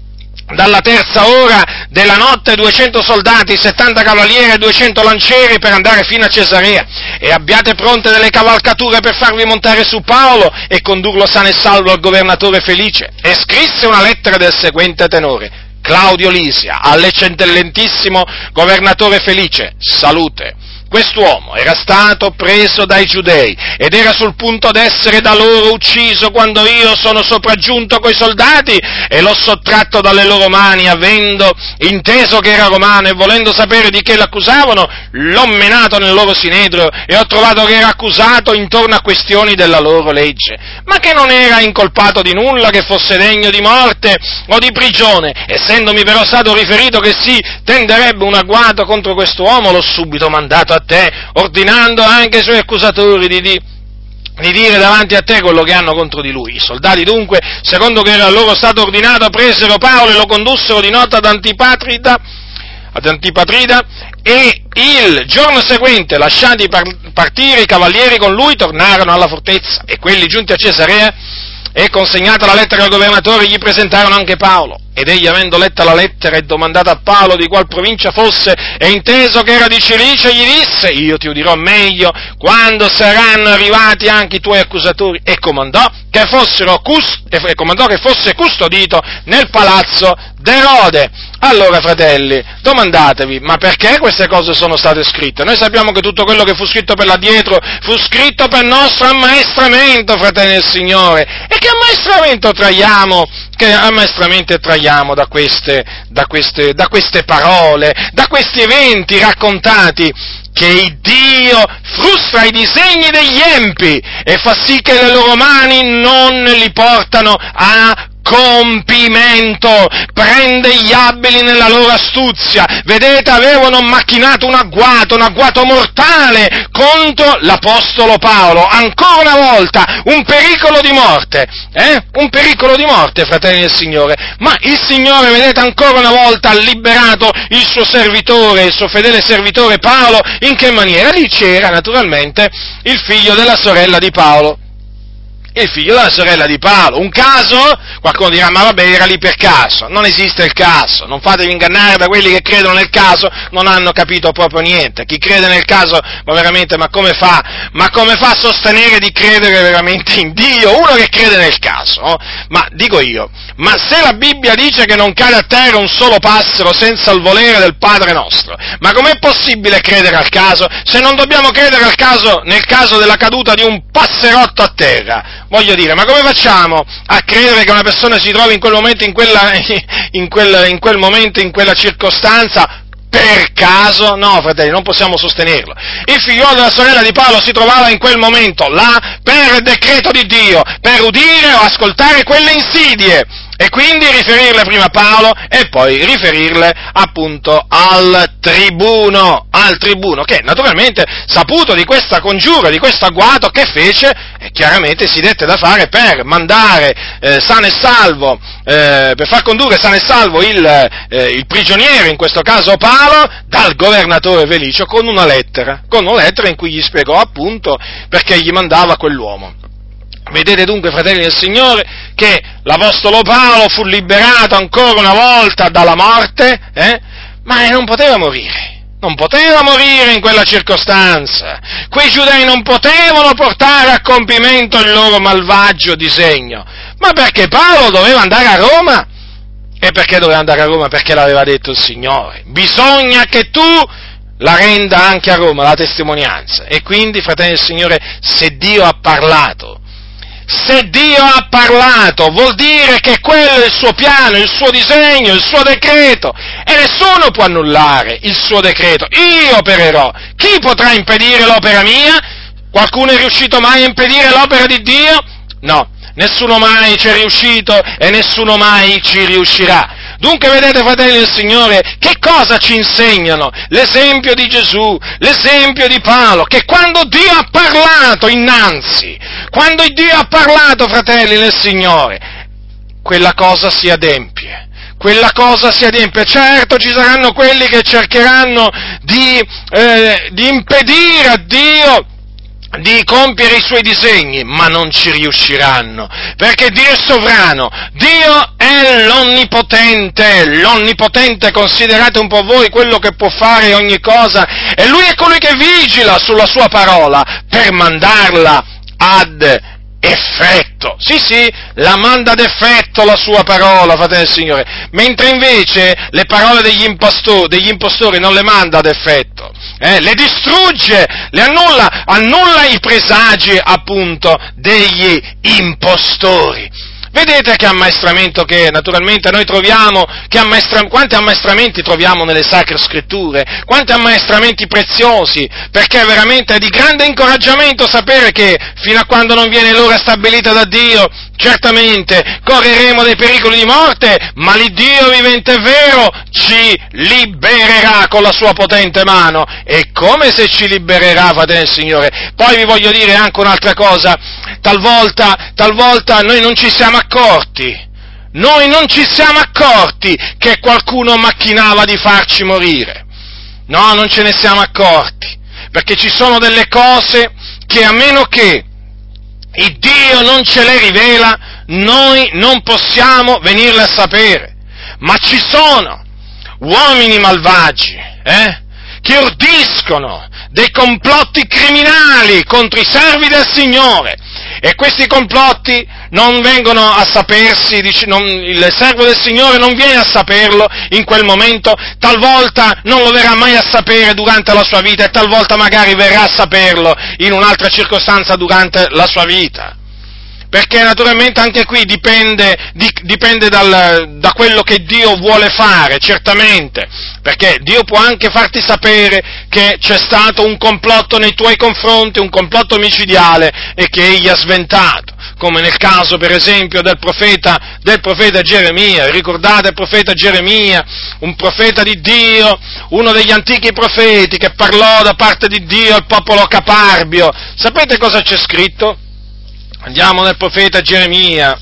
dalla terza ora della notte duecento soldati, settanta cavalieri e duecento lancieri per andare fino a Cesarea, e abbiate pronte delle cavalcature per farvi montare su Paolo e condurlo sano e salvo al governatore Felice. E scrisse una lettera del seguente tenore: Claudio Lisia, all'eccellentissimo governatore Felice, salute. Quest'uomo era stato preso dai giudei ed era sul punto d'essere da loro ucciso quando io sono sopraggiunto coi soldati e l'ho sottratto dalle loro mani, avendo inteso che era romano e volendo sapere di che l'accusavano, l'ho menato nel loro sinedrio e ho trovato che era accusato intorno a questioni della loro legge, ma che non era incolpato di nulla che fosse degno di morte o di prigione. Essendomi però stato riferito che si tenderebbe un agguato contro quest'uomo, l'ho subito mandato a te, ordinando anche ai suoi accusatori di, di, di dire davanti a te quello che hanno contro di lui. I soldati dunque, secondo che era loro stato ordinato, presero Paolo e lo condussero di notte ad Antipatrida, ad Antipatrida, e il giorno seguente, lasciati partire i cavalieri con lui, tornarono alla fortezza, e quelli giunti a Cesarea e consegnata la lettera al governatore gli presentarono anche Paolo. Ed egli, avendo letta la lettera e domandata a Paolo di qual provincia fosse, e inteso che era di Cilicia, gli disse: io ti udirò meglio quando saranno arrivati anche i tuoi accusatori, e comandò che fossero cust- e comandò che fosse custodito nel palazzo d'Erode. Allora, fratelli, domandatevi: ma perché queste cose sono state scritte? Noi sappiamo che tutto quello che fu scritto per l'addietro fu scritto per nostro ammaestramento, fratelli del Signore. E che ammaestramento traiamo? Che ammaestramento traiamo da queste, da queste, da queste parole, da questi eventi raccontati? Che Dio frustra i disegni degli empi e fa sì che le loro mani non li portano a compimento, prende gli abili nella loro astuzia. Vedete, avevano macchinato un agguato, un agguato mortale contro l'apostolo Paolo, ancora una volta, un pericolo di morte, eh? Un pericolo di morte, fratelli del Signore, ma il Signore, vedete, ancora una volta ha liberato il suo servitore, il suo fedele servitore Paolo. In che maniera? Lì c'era, naturalmente, il figlio della sorella di Paolo. Il figlio della sorella di Paolo. Un caso? Qualcuno dirà: ma vabbè, era lì per caso. Non esiste il caso. Non fatevi ingannare da quelli che credono nel caso, non hanno capito proprio niente. Chi crede nel caso, ma veramente, ma come fa? Ma come fa a sostenere di credere veramente in Dio? Uno che crede nel caso. No? Ma dico io, ma se la Bibbia dice che non cade a terra un solo passero senza il volere del Padre nostro, ma com'è possibile credere al caso? Se non dobbiamo credere al caso, nel caso della caduta di un passerotto a terra, voglio dire, ma come facciamo a credere che una persona si trovi in quel momento, in quella, in quel, in quel momento, in quella circostanza, per caso? No, fratelli, non possiamo sostenerlo. Il figliolo della sorella di Paolo si trovava in quel momento là per decreto di Dio, per udire o ascoltare quelle insidie, e quindi riferirle prima a Paolo e poi riferirle appunto al tribuno, al tribuno che naturalmente, saputo di questa congiura, di questo agguato, che fece? E chiaramente si dette da fare per mandare eh, sano e salvo, eh, per far condurre sano e salvo il, eh, il prigioniero, in questo caso Paolo, dal governatore Felice con una lettera, con una lettera in cui gli spiegò appunto perché gli mandava quell'uomo. Vedete dunque, fratelli del Signore, che l'apostolo Paolo fu liberato ancora una volta dalla morte, eh? ma non poteva morire, non poteva morire in quella circostanza. Quei giudei non potevano portare a compimento il loro malvagio disegno, ma perché Paolo doveva andare a Roma? E perché doveva andare a Roma? Perché l'aveva detto il Signore: bisogna che tu la renda anche a Roma, la testimonianza. E quindi, fratelli del Signore, se Dio ha parlato, Se Dio ha parlato, vuol dire che quello è il suo piano, il suo disegno, il suo decreto, e nessuno può annullare il suo decreto. Io opererò. Chi potrà impedire l'opera mia? Qualcuno è riuscito mai a impedire l'opera di Dio? No, nessuno mai ci è riuscito e nessuno mai ci riuscirà. Dunque, vedete, fratelli del Signore, che cosa ci insegnano? L'esempio di Gesù, l'esempio di Paolo, che quando Dio ha parlato innanzi, quando Dio ha parlato, fratelli del Signore, quella cosa si adempie. Quella cosa si adempie. Certo, ci saranno quelli che cercheranno di, eh, di impedire a Dio di compiere i suoi disegni, ma non ci riusciranno, perché Dio è sovrano, Dio è l'onnipotente, l'onnipotente, considerate un po' voi quello che può fare ogni cosa, e Lui è colui che vigila sulla sua parola per mandarla ad effetto. Sì, sì, la manda ad effetto la sua parola, fratelli del Signore, mentre invece le parole degli impostori, degli impostori non le manda ad effetto, eh, le distrugge, le annulla, annulla i presagi appunto degli impostori. Vedete che ammaestramento che naturalmente noi troviamo, che ammaestra, quanti ammaestramenti troviamo nelle Sacre Scritture, quanti ammaestramenti preziosi, perché veramente è di grande incoraggiamento sapere che fino a quando non viene l'ora stabilita da Dio, certamente correremo dei pericoli di morte, ma l'Iddio vivente e vero ci libererà con la sua potente mano, e come se ci libererà, fratelli del Signore. Poi vi voglio dire anche un'altra cosa, talvolta, talvolta noi non ci siamo accorti, noi non ci siamo accorti che qualcuno macchinava di farci morire, no, non ce ne siamo accorti, perché ci sono delle cose che a meno che il Dio non ce le rivela, noi non possiamo venirle a sapere, ma ci sono uomini malvagi, eh, che ordiscono dei complotti criminali contro i servi del Signore, e questi complotti non vengono a sapersi, non, il servo del Signore non viene a saperlo in quel momento, talvolta non lo verrà mai a sapere durante la sua vita, e talvolta magari verrà a saperlo in un'altra circostanza durante la sua vita. Perché naturalmente anche qui dipende, di, dipende dal, da quello che Dio vuole fare, certamente, perché Dio può anche farti sapere che c'è stato un complotto nei tuoi confronti, un complotto micidiale, e che Egli ha sventato, come nel caso per esempio del profeta, del profeta Geremia. Ricordate il profeta Geremia, un profeta di Dio, uno degli antichi profeti che parlò da parte di Dio al popolo caparbio. Sapete cosa c'è scritto? Andiamo nel profeta Geremia,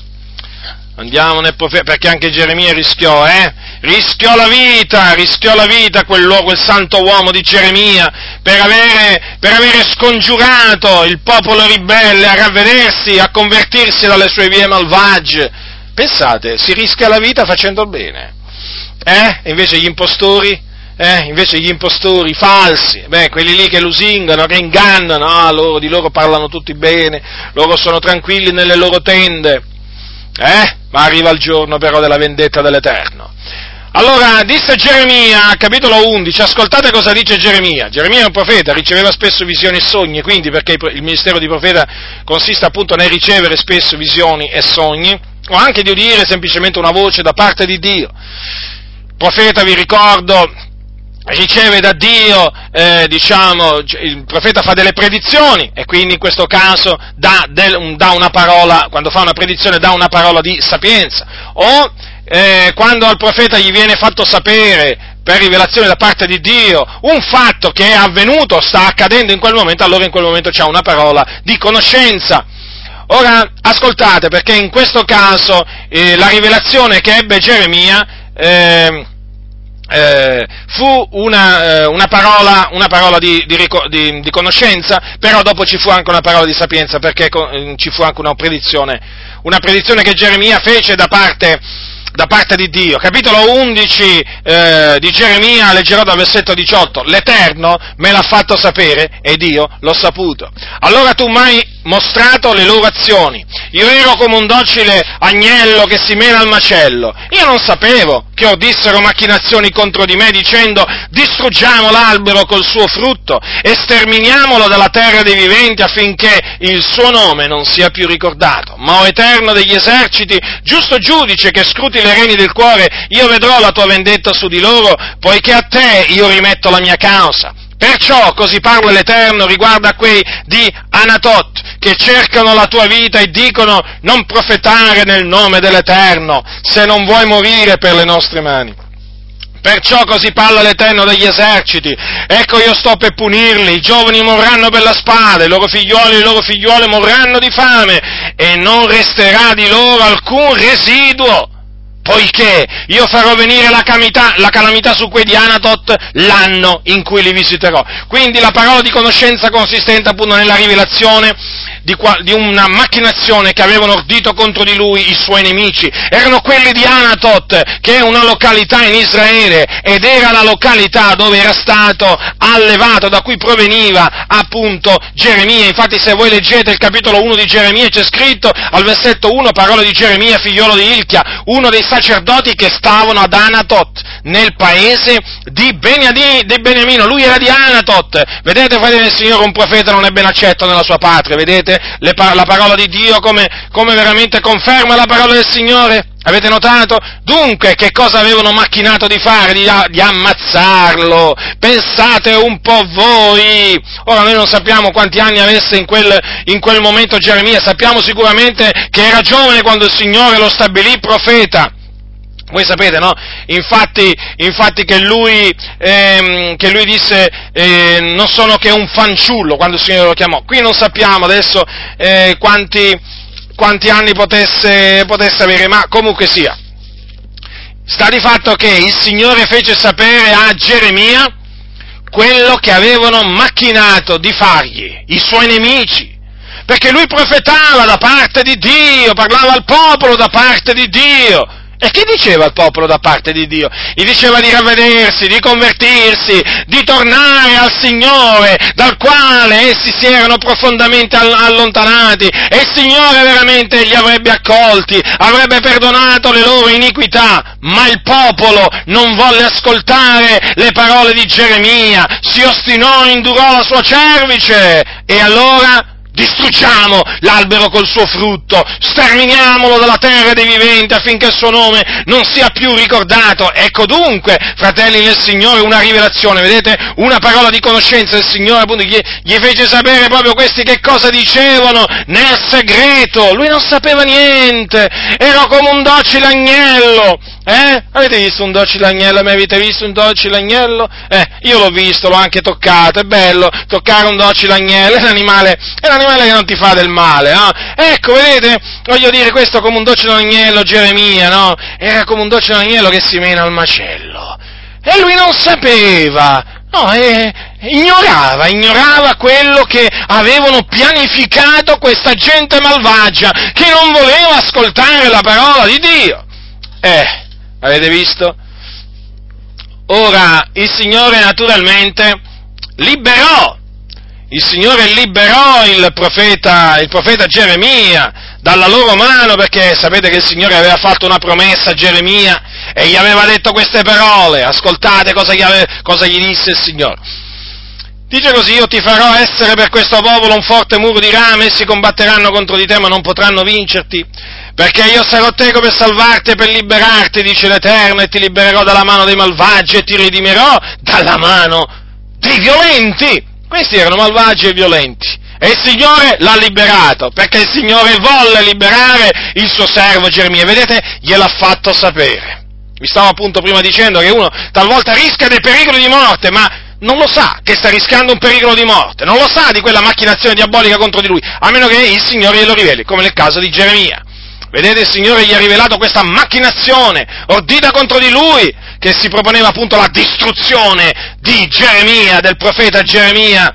andiamo nel profeta, perché anche Geremia rischiò, eh? Rischiò la vita, rischiò la vita quell'uomo, quel santo uomo di Geremia, per avere, per avere scongiurato il popolo ribelle a ravvedersi, a convertirsi dalle sue vie malvagie. Pensate, si rischia la vita facendo il bene, eh? E invece gli impostori? Eh, invece gli impostori falsi, beh, quelli lì che lusingano, che ingannano, ah, loro, di loro parlano tutti bene, loro sono tranquilli nelle loro tende, eh, ma arriva il giorno però della vendetta dell'Eterno. Allora, disse Geremia, capitolo undici, ascoltate cosa dice Geremia. Geremia è un profeta, riceveva spesso visioni e sogni, quindi perché il ministero di profeta consiste appunto nel ricevere spesso visioni e sogni, o anche di udire semplicemente una voce da parte di Dio. Il profeta, vi ricordo, riceve da Dio, eh, diciamo, il profeta fa delle predizioni, e quindi in questo caso dà, del, dà una parola, quando fa una predizione dà una parola di sapienza, o eh, quando al profeta gli viene fatto sapere per rivelazione da parte di Dio un fatto che è avvenuto, sta accadendo in quel momento, allora in quel momento c'ha una parola di conoscenza. Ora, ascoltate, perché in questo caso eh, la rivelazione che ebbe Geremia eh, Eh, fu una, eh, una parola, una parola di, di, di, di conoscenza, però dopo ci fu anche una parola di sapienza, perché eh, ci fu anche una predizione, una predizione che Geremia fece da parte, da parte di Dio. Capitolo undici eh, di Geremia, leggerò dal versetto diciotto, l'Eterno me l'ha fatto sapere ed io l'ho saputo. Allora tu m'hai mostrato le loro azioni, io ero come un docile agnello che si mena al macello, io non sapevo che ordissero macchinazioni contro di me dicendo distruggiamo l'albero col suo frutto e sterminiamolo dalla terra dei viventi affinché il suo nome non sia più ricordato. Ma o Eterno degli eserciti, giusto giudice che scruti le reni del cuore, io vedrò la tua vendetta su di loro, poiché a te io rimetto la mia causa. Perciò così parla l'Eterno riguardo a quei di Anatot che cercano la tua vita e dicono non profetare nel nome dell'Eterno se non vuoi morire per le nostre mani. Perciò così parla l'Eterno degli eserciti, ecco io sto per punirli, i giovani morranno per la spada, i loro figlioli e le loro figliuole morranno di fame e non resterà di loro alcun residuo. poiché io farò venire la calamità, la calamità su quei di Anatot l'anno in cui li visiterò. Quindi la parola di conoscenza consistente appunto nella rivelazione di, qua, di una macchinazione che avevano ordito contro di lui i suoi nemici. Erano quelli di Anatot, che è una località in Israele, ed era la località dove era stato allevato, da cui proveniva appunto Geremia. Infatti se voi leggete il capitolo uno di Geremia c'è scritto al versetto uno, parole di Geremia, figliolo di Ilchia, uno dei sacerdoti che stavano ad Anatot, nel paese di, Beniadi, di Beniamino. Lui era di Anatot. Vedete, fratelli del Signore, un profeta non è ben accetto nella sua patria. Vedete le, la parola di Dio come, come veramente conferma la parola del Signore? Avete notato? Dunque, che cosa avevano macchinato di fare? Di, di ammazzarlo. Pensate un po' voi. Ora noi non sappiamo quanti anni avesse in quel, in quel momento Geremia, sappiamo sicuramente che era giovane quando il Signore lo stabilì profeta. Voi sapete, no? Infatti, infatti che lui, ehm, che lui disse, eh, non sono che un fanciullo, quando il Signore lo chiamò. Qui non sappiamo adesso eh, quanti, quanti anni potesse, potesse avere, ma comunque sia. Sta di fatto che il Signore fece sapere a Geremia quello che avevano macchinato di fargli i suoi nemici, perché lui profetava da parte di Dio, parlava al popolo da parte di Dio. E che diceva il popolo da parte di Dio? Gli diceva di ravvedersi, di convertirsi, di tornare al Signore, dal quale essi si erano profondamente allontanati, e il Signore veramente li avrebbe accolti, avrebbe perdonato le loro iniquità, ma il popolo non volle ascoltare le parole di Geremia, si ostinò, indurò la sua cervice, e allora distruggiamo l'albero col suo frutto, sterminiamolo dalla terra dei viventi affinché il suo nome non sia più ricordato. Ecco dunque, fratelli del Signore, una rivelazione, vedete? Una parola di conoscenza del Signore, appunto, gli, gli fece sapere proprio questi che cosa dicevano nel segreto. Lui non sapeva niente, era come un docile agnello. Eh? Avete visto un docile agnello? Mai avete visto un docile agnello? Eh, io l'ho visto, l'ho anche toccato, è bello toccare un docile agnello, è un animale, è un animale che non ti fa del male, no? Ecco, vedete, voglio dire, questo come un docile agnello, Geremia, no? Era come un docile agnello che si mena al macello, e lui non sapeva, no, eh, ignorava, ignorava quello che avevano pianificato questa gente malvagia, che non voleva ascoltare la parola di Dio. Eh, avete visto? Ora, il Signore naturalmente liberò, il Signore liberò il profeta, il profeta Geremia dalla loro mano, perché sapete che il Signore aveva fatto una promessa a Geremia e gli aveva detto queste parole. Ascoltate cosa gli, ave, cosa gli disse il Signore. Dice così: io ti farò essere per questo popolo un forte muro di rame, essi combatteranno contro di te ma non potranno vincerti, perché io sarò teco per salvarti e per liberarti, dice l'Eterno, e ti libererò dalla mano dei malvagi e ti redimerò dalla mano dei violenti. Questi erano malvagi e violenti, e il Signore l'ha liberato, perché il Signore volle liberare il suo servo Geremia. Vedete, gliel'ha fatto sapere. Vi stavo appunto prima dicendo che uno talvolta rischia dei pericoli di morte, ma non lo sa che sta rischiando un pericolo di morte, non lo sa di quella macchinazione diabolica contro di lui, a meno che il Signore glielo riveli, come nel caso di Geremia. Vedete, il Signore gli ha rivelato questa macchinazione ordita contro di lui, che si proponeva appunto la distruzione di Geremia, del profeta Geremia.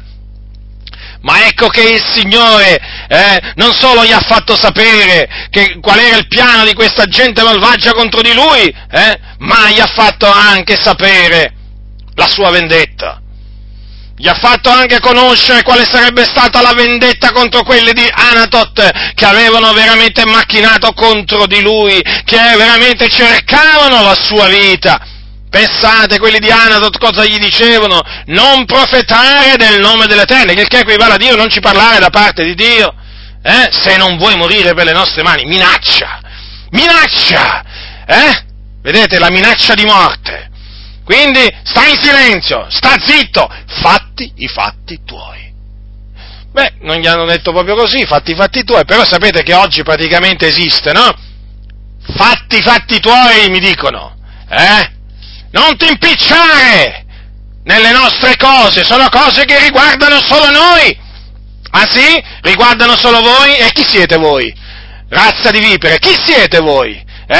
Ma ecco che il Signore eh, non solo gli ha fatto sapere che, qual era il piano di questa gente malvagia contro di lui, eh, ma gli ha fatto anche sapere la sua vendetta. Gli ha fatto anche conoscere quale sarebbe stata la vendetta contro quelli di Anatot, che avevano veramente macchinato contro di lui, che veramente cercavano la sua vita. Pensate, quelli di Anatot cosa gli dicevano? Non profetare del nome dell'Eterno, che equivale a Dio, non ci parlare da parte di Dio, eh? Se non vuoi morire per le nostre mani. Minaccia, minaccia, eh? Vedete, la minaccia di morte. Quindi stai in silenzio, sta zitto, fatti i fatti tuoi. Beh, non gli hanno detto proprio così, fatti i fatti tuoi, però sapete che oggi praticamente esiste, no? Fatti i fatti tuoi, mi dicono, eh? Non ti impicciare nelle nostre cose, sono cose che riguardano solo noi. Ah sì? Riguardano solo voi? E chi siete voi? Razza di vipere, chi siete voi? Eh?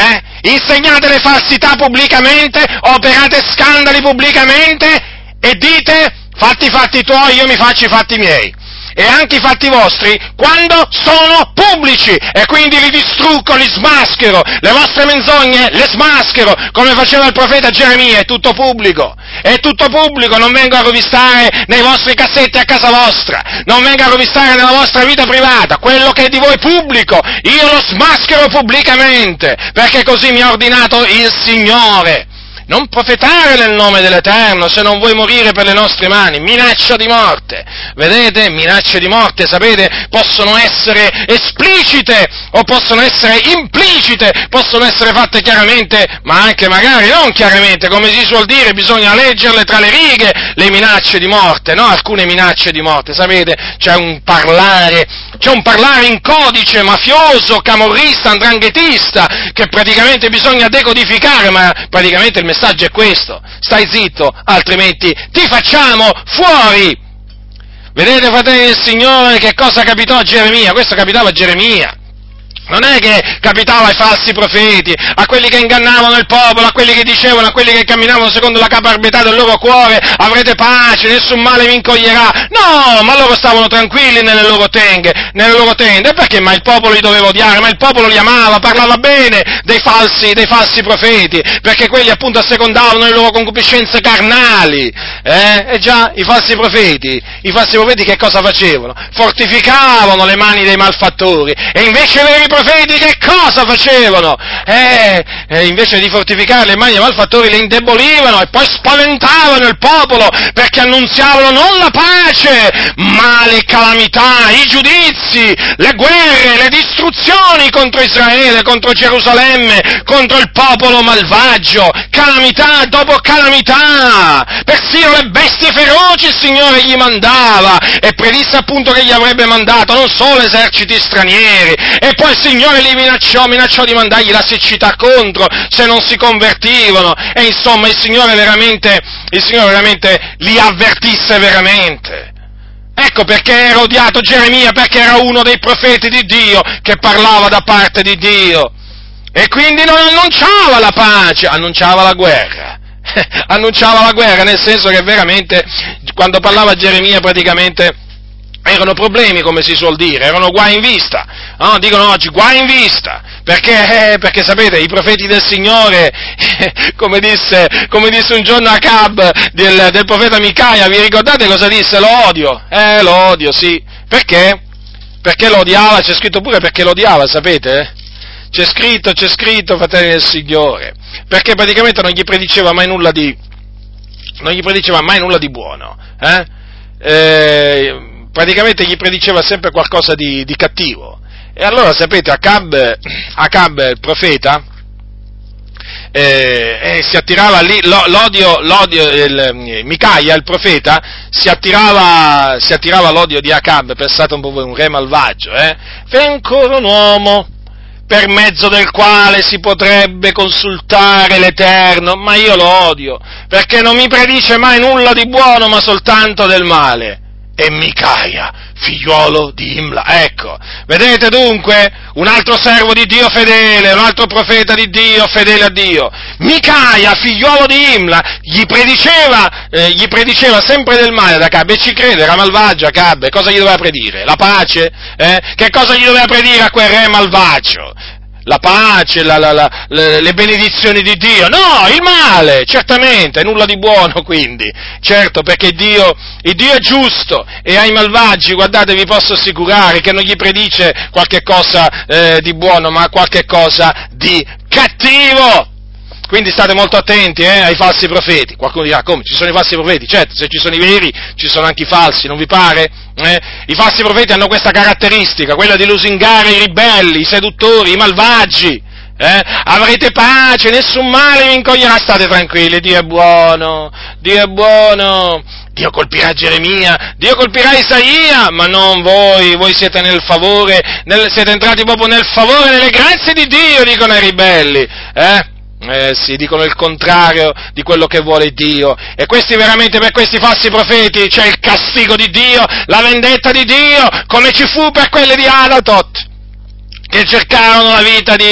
insegnate le falsità pubblicamente, operate scandali pubblicamente e dite fatti i fatti tuoi, io mi faccio i fatti miei. E anche i fatti vostri quando sono pubblici, e quindi li distruggo, li smaschero, le vostre menzogne le smaschero, come faceva il profeta Geremia, è tutto pubblico, è tutto pubblico, non vengo a rovistare nei vostri cassetti a casa vostra, non vengo a rovistare nella vostra vita privata, quello che è di voi pubblico, io lo smaschero pubblicamente, perché così mi ha ordinato il Signore. Non profetare nel nome dell'Eterno se non vuoi morire per le nostre mani, minaccia di morte, vedete? Minacce di morte, sapete, possono essere esplicite o possono essere implicite, possono essere fatte chiaramente, ma anche magari non chiaramente, come si suol dire, bisogna leggerle tra le righe, le minacce di morte, no? Alcune minacce di morte, sapete? C'è un parlare, c'è un parlare in codice mafioso, camorrista, andranghetista, che praticamente bisogna decodificare, ma praticamente il messaggio Il messaggio è questo: stai zitto, altrimenti ti facciamo fuori. Vedete, fratelli del Signore, che cosa capitò a Geremia? Questo capitava a Geremia. Non è che capitava ai falsi profeti, a quelli che ingannavano il popolo, a quelli che dicevano, a quelli che camminavano secondo la caparbietà del loro cuore, avrete pace, nessun male vi incoglierà. No, ma loro stavano tranquilli nelle loro tende, nelle loro tende. E perché? Ma il popolo li doveva odiare, ma il popolo li amava, parlava bene dei falsi, dei falsi profeti, perché quelli appunto assecondavano le loro concupiscenze carnali. Eh? E già, i falsi profeti, i falsi profeti che cosa facevano? Fortificavano le mani dei malfattori, e invece i veri profeti che cosa facevano? Eh, eh, invece di fortificare le mani dei malfattori le indebolivano e poi spaventavano il popolo perché annunziavano non la pace, ma le calamità, i giudizi, le guerre, le distruzioni contro Israele, contro Gerusalemme, contro il popolo malvagio, calamità dopo calamità. Persino le bestie feroci il Signore gli mandava, e predisse appunto che gli avrebbe mandato non solo eserciti stranieri, e poi il Signore li minacciò, minacciò di mandargli la siccità contro se non si convertivano, e insomma il Signore veramente, il Signore veramente li avvertisse veramente. Ecco perché era odiato Geremia, perché era uno dei profeti di Dio che parlava da parte di Dio, e quindi non annunciava la pace, annunciava la guerra. Annunciava la guerra, nel senso che veramente, quando parlava Geremia praticamente erano problemi, come si suol dire, erano guai in vista, no? Dicono oggi guai in vista, perché, eh, perché sapete, i profeti del Signore, eh, come disse, come disse un giorno Acab del, del profeta Micaia, vi ricordate cosa disse? Lo odio, eh, lo odio, sì, perché? Perché lo odiava, c'è scritto pure perché lo odiava, sapete? C'è scritto, c'è scritto, fratelli del Signore, perché praticamente non gli prediceva mai nulla di, non gli prediceva mai nulla di buono, eh? Eh, praticamente gli prediceva sempre qualcosa di, di cattivo. E allora sapete, Acab, Acab il profeta, eh, eh, si attirava lì, l'odio, l'odio il, Micaia, il profeta, si attirava, si attirava l'odio di Acab, pensate un po' voi, un re malvagio, eh? V'è ancora un uomo per mezzo del quale si potrebbe consultare l'Eterno, ma io lo odio, perché non mi predice mai nulla di buono, ma soltanto del male. E Micaia, figliuolo di Imla. Ecco, vedete dunque, un altro servo di Dio fedele, un altro profeta di Dio fedele a Dio. Micaia, figliuolo di Imla, gli prediceva, eh, gli prediceva sempre del male ad Acab, e ci crede, era malvagio Acab, cosa gli doveva predire? La pace? Eh? Che cosa gli doveva predire a quel re malvagio? La pace, la, la, la, le, le benedizioni di Dio? No, il male, certamente, nulla di buono quindi, certo, perché Dio, il Dio è giusto, e ai malvagi, guardate, vi posso assicurare che non gli predice qualche cosa eh, di buono, ma qualche cosa di cattivo. Quindi state molto attenti eh, ai falsi profeti. Qualcuno dirà, come? Ci sono i falsi profeti? Certo, se ci sono i veri, ci sono anche i falsi, non vi pare? Eh? I falsi profeti hanno questa caratteristica, quella di lusingare i ribelli, i seduttori, i malvagi. Eh? Avrete pace, nessun male vi incoglierà, state tranquilli, Dio è buono, Dio è buono. Dio colpirà Geremia, Dio colpirà Isaia, ma non voi, voi siete nel favore, nel, siete entrati proprio nel favore, nelle grazie di Dio, dicono i ribelli, eh? Eh sì, dicono il contrario di quello che vuole Dio, e questi veramente, per questi falsi profeti c'è il castigo di Dio, la vendetta di Dio, come ci fu per quelli di Anatot, che cercarono la vita di,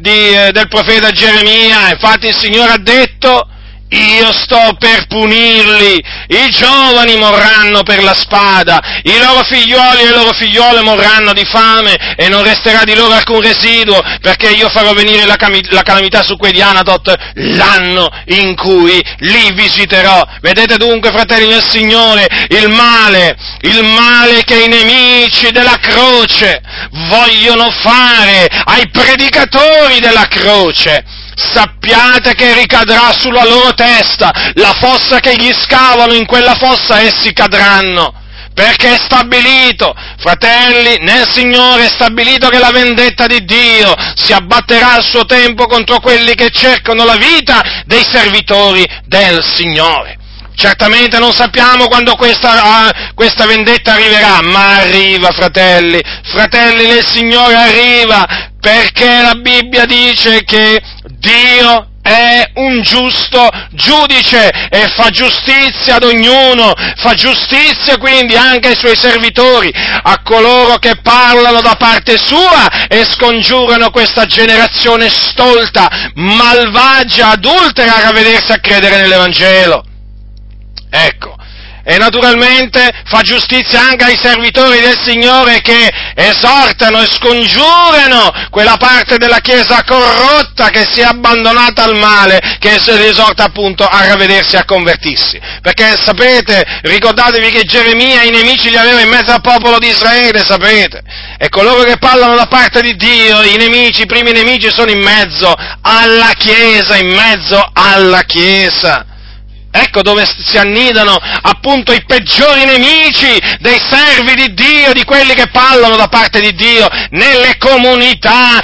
di, eh, del profeta Geremia. Infatti il Signore ha detto: io sto per punirli, i giovani morranno per la spada, i loro figlioli e le loro figliole morranno di fame e non resterà di loro alcun residuo, perché io farò venire la, cam- la calamità su quei di Anatot l'anno in cui li visiterò. Vedete dunque, fratelli del Signore, il male, il male che i nemici della croce vogliono fare ai predicatori della croce. Sappiate che ricadrà sulla loro testa, la fossa che gli scavano, in quella fossa essi cadranno, perché è stabilito, fratelli, nel Signore è stabilito che la vendetta di Dio si abbatterà al suo tempo contro quelli che cercano la vita dei servitori del Signore. Certamente non sappiamo quando questa, uh, questa vendetta arriverà, ma arriva, fratelli, fratelli del Signore arriva, perché la Bibbia dice che Dio è un giusto giudice e fa giustizia ad ognuno, fa giustizia quindi anche ai suoi servitori, a coloro che parlano da parte sua e scongiurano questa generazione stolta, malvagia, adultera a ravvedersi a credere nell'Evangelo. Ecco, e naturalmente fa giustizia anche ai servitori del Signore che esortano e scongiurano quella parte della Chiesa corrotta che si è abbandonata al male, che li esorta appunto a ravvedersi e a convertirsi. Perché sapete, ricordatevi che Geremia i nemici li aveva in mezzo al popolo di Israele, sapete? E coloro che parlano da parte di Dio, i nemici, i primi nemici sono in mezzo alla Chiesa, in mezzo alla Chiesa. Ecco dove si annidano appunto i peggiori nemici dei servi di Dio, di quelli che parlano da parte di Dio, nelle comunità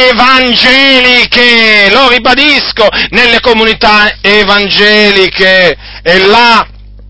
evangeliche, lo ribadisco, nelle comunità evangeliche, e là,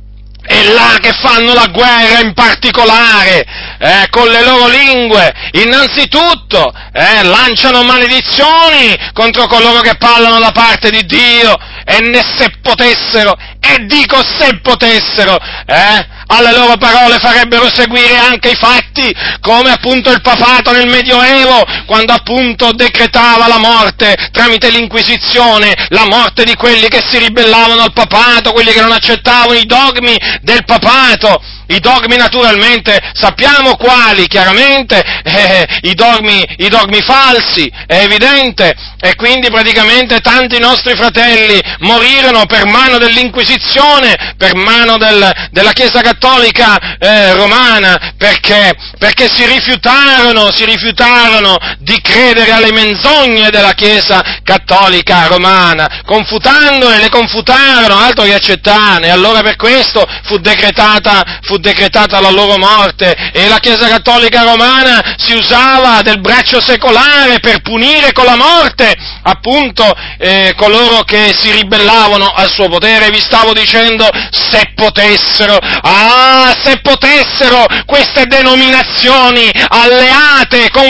è là che fanno la guerra in particolare, eh, con le loro lingue, innanzitutto, eh, lanciano maledizioni contro coloro che parlano da parte di Dio, e ne se potessero, e dico se potessero, eh, alle loro parole farebbero seguire anche i fatti, come appunto il papato nel Medioevo, quando appunto decretava la morte tramite l'Inquisizione, la morte di quelli che si ribellavano al papato, quelli che non accettavano i dogmi del papato. I dogmi naturalmente, sappiamo quali, chiaramente, eh, i dogmi, i dogmi falsi, è evidente, e quindi praticamente tanti nostri fratelli morirono per mano dell'Inquisizione, per mano del, della Chiesa Cattolica eh, Romana, perché? Perché si rifiutarono, si rifiutarono di credere alle menzogne della Chiesa Cattolica Romana, confutandole, le confutarono, altro che accettare, e allora per questo fu decretata, fu decretata la loro morte, e la Chiesa Cattolica Romana si usava del braccio secolare per punire con la morte appunto eh, coloro che si ribellavano al suo potere. Vi stavo dicendo, se potessero, ah, se potessero queste denominazioni alleate con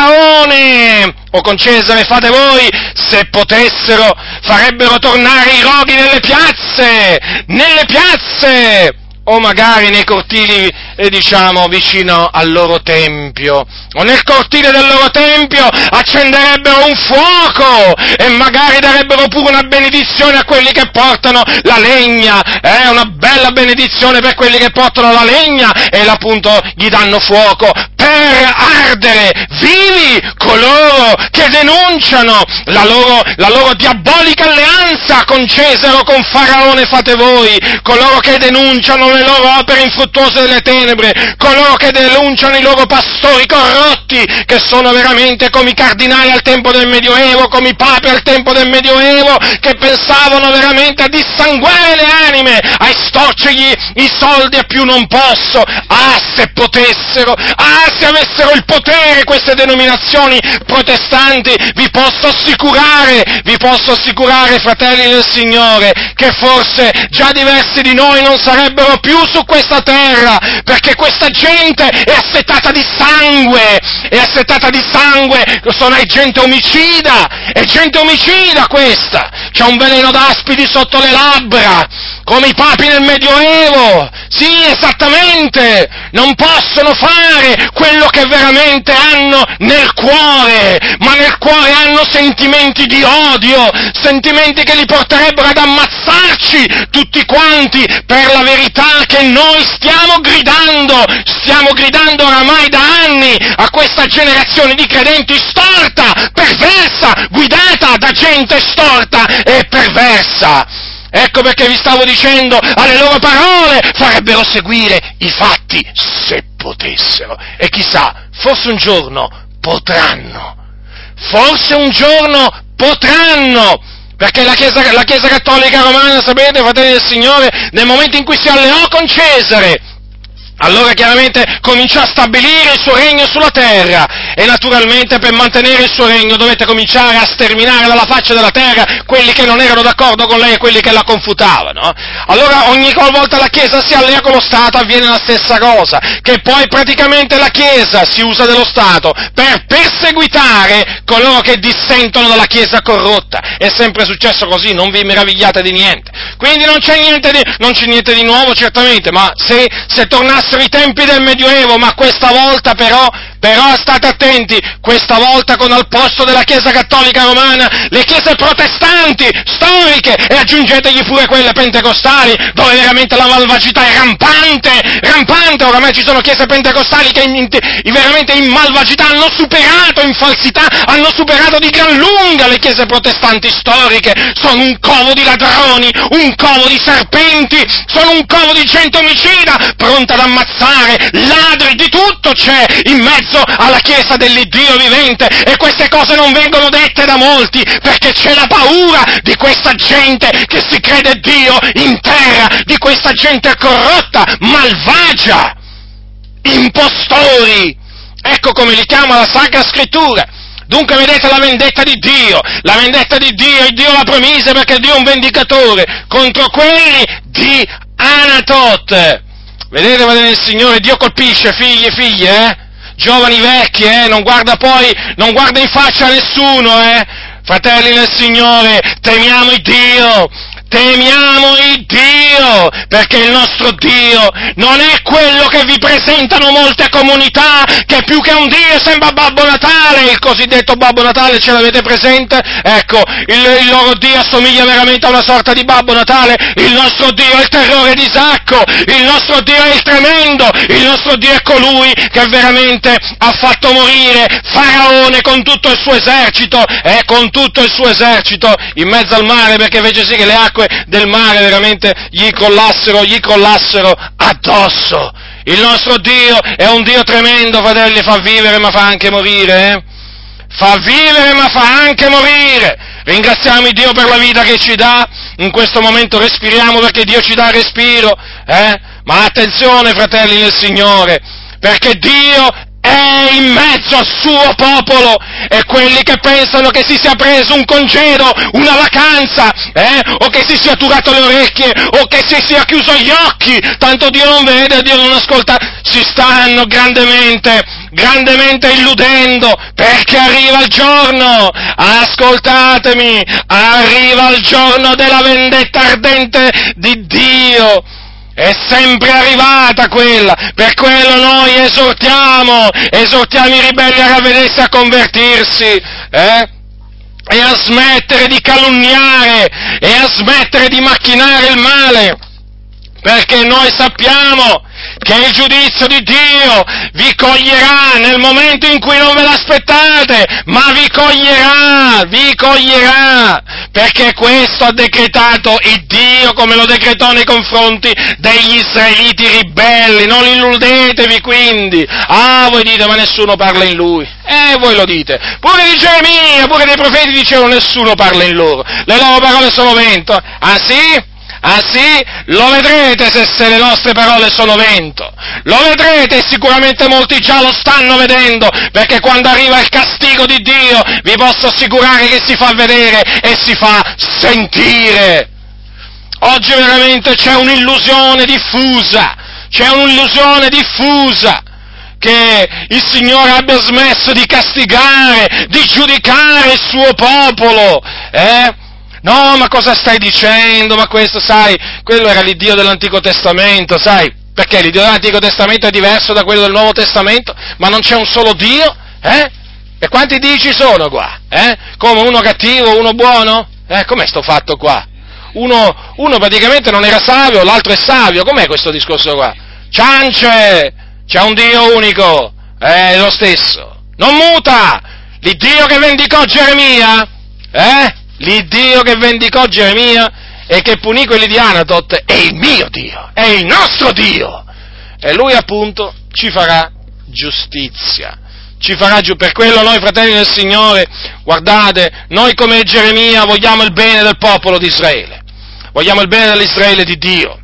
Faraone o con Cesare, fate voi, se potessero farebbero tornare i roghi nelle piazze, nelle piazze, o magari nei cortili, eh, diciamo, vicino al loro tempio, o nel cortile del loro tempio accenderebbero un fuoco, e magari darebbero pure una benedizione a quelli che portano la legna, eh, una bella benedizione per quelli che portano la legna, e appunto gli danno fuoco, per ardere vivi coloro che denunciano la loro, la loro diabolica alleanza con Cesare o con Faraone, fate voi, coloro che denunciano le loro opere infruttuose delle tenebre, coloro che denunciano i loro pastori corrotti, che sono veramente come i cardinali al tempo del Medioevo, come i papi al tempo del Medioevo, che pensavano veramente a dissanguare le anime, a estorcergli i soldi a più non posso. Ah, se potessero, ah, se avessero il potere queste denominazioni protestanti, vi posso assicurare, vi posso assicurare, fratelli del Signore, che forse già diversi di noi non sarebbero più su questa terra, perché questa gente è assetata di sangue, è assetata di sangue, sono è gente omicida, è gente omicida questa, c'ha un veleno d'aspidi sotto le labbra, come i papi nel Medioevo, sì, esattamente, non possono fare quello che veramente hanno nel cuore, ma nel cuore hanno sentimenti di odio, sentimenti che li porterebbero ad ammazzarci tutti quanti per la verità che noi stiamo gridando, stiamo gridando oramai da anni a questa generazione di credenti storta, perversa, guidata da gente storta e perversa. Ecco perché vi stavo dicendo, alle loro parole farebbero seguire i fatti, se potessero. E chissà, forse un giorno potranno, forse un giorno potranno, perché la Chiesa, la Chiesa Cattolica Romana, sapete, fratelli del Signore, nel momento in cui si alleò con Cesare, allora chiaramente cominciò a stabilire il suo regno sulla terra e naturalmente per mantenere il suo regno dovette cominciare a sterminare dalla faccia della terra quelli che non erano d'accordo con lei e quelli che la confutavano. Allora ogni volta la Chiesa si allea con lo Stato avviene la stessa cosa, che poi praticamente la Chiesa si usa dello Stato per perseguitare coloro che dissentono dalla Chiesa corrotta. È sempre successo così, non vi meravigliate di niente. Quindi non c'è niente di, non c'è niente di nuovo certamente, ma se, se tornasse i tempi del Medioevo, ma questa volta però, però state attenti, questa volta con al posto della Chiesa Cattolica Romana le chiese protestanti, storiche, e aggiungetegli pure quelle pentecostali, dove veramente la malvagità è rampante, rampante, oramai ci sono chiese pentecostali che in, in, veramente in malvagità hanno superato, in falsità, hanno superato di gran lunga le chiese protestanti storiche, sono un covo di ladroni, un covo di serpenti, sono un covo di gente omicida, pronta ad ammazzare, ladri, di tutto c'è in mezzo alla Chiesa dell'Iddio vivente, e queste cose non vengono dette da molti, perché c'è la paura di questa gente che si crede Dio in terra, di questa gente corrotta, malvagia, impostori, ecco come li chiama la Sacra Scrittura. Dunque vedete la vendetta di Dio, la vendetta di Dio, e Dio la promise perché Dio è un vendicatore contro quelli di Anatot. Vedete, vedete il Signore, Dio colpisce figli e figlie, eh? Giovani, vecchi, eh? Non guarda poi, non guarda in faccia a nessuno, eh? Fratelli del Signore, temiamo il Dio, temiamo il Dio, perché il nostro Dio non è quello che vi presentano molte comunità, che più che un Dio sembra Babbo Natale, il cosiddetto Babbo Natale, ce l'avete presente? Ecco, il, il loro Dio assomiglia veramente a una sorta di Babbo Natale, il nostro Dio è il terrore di Isacco, il nostro Dio è il tremendo, il nostro Dio è colui che veramente ha fatto morire Faraone con tutto il suo esercito, e eh, con tutto il suo esercito in mezzo al mare, perché fece sì che le acque del mare veramente gli crollassero, gli crollassero addosso. Il nostro Dio è un Dio tremendo, fratelli, fa vivere ma fa anche morire, eh? Fa vivere ma fa anche morire. Ringraziamo il Dio per la vita che ci dà, in questo momento respiriamo perché Dio ci dà respiro, eh? Ma attenzione, fratelli del Signore, perché Dio è in mezzo al suo popolo, e quelli che pensano che si sia preso un congedo, una vacanza, eh, o che si sia turato le orecchie, o che si sia chiuso gli occhi, tanto Dio non vede, Dio non ascolta, si stanno grandemente, grandemente illudendo, perché arriva il giorno, ascoltatemi, arriva il giorno della vendetta ardente di Dio. È sempre arrivata quella, per quello noi esortiamo, esortiamo i ribelli a ravvedersi, a convertirsi, eh? E a smettere di calunniare, e a smettere di macchinare il male, perché noi sappiamo che il giudizio di Dio vi coglierà nel momento in cui non ve l'aspettate, ma vi coglierà, vi coglierà, perché questo ha decretato il Dio, come lo decretò nei confronti degli israeliti ribelli. Non illudetevi quindi. Ah, voi dite, ma nessuno parla in lui. Eh, voi lo dite. Pure di Geremia, pure dei profeti dicevano, nessuno parla in loro. Le loro parole sono vento. Ah sì? Ah sì? Lo vedrete se, se le nostre parole sono vento. Lo vedrete, e sicuramente molti già lo stanno vedendo, perché quando arriva il castigo di Dio vi posso assicurare che si fa vedere e si fa sentire. Oggi veramente c'è un'illusione diffusa, c'è un'illusione diffusa che il Signore abbia smesso di castigare, di giudicare il suo popolo, eh? No, ma cosa stai dicendo? Ma questo, sai, quello era l'Iddio dell'Antico Testamento, sai? Perché l'Iddio dell'Antico Testamento è diverso da quello del Nuovo Testamento? Ma non c'è un solo Dio? Eh? E quanti Dii ci sono qua? Eh? Come uno cattivo, uno buono? Eh, com'è sto fatto qua? Uno, uno praticamente non era savio, l'altro è savio, com'è questo discorso qua? Ciance! C'è un Dio unico, è lo stesso, non muta! L'Iddio che vendicò Geremia, eh? L'Iddio che vendicò Geremia e che punì quelli di Anatot è il mio Dio, è il nostro Dio! E Lui appunto ci farà giustizia. Ci farà giù, per quello noi fratelli del Signore, guardate, noi come Geremia vogliamo il bene del popolo di Israele, vogliamo il bene dell'Israele di Dio,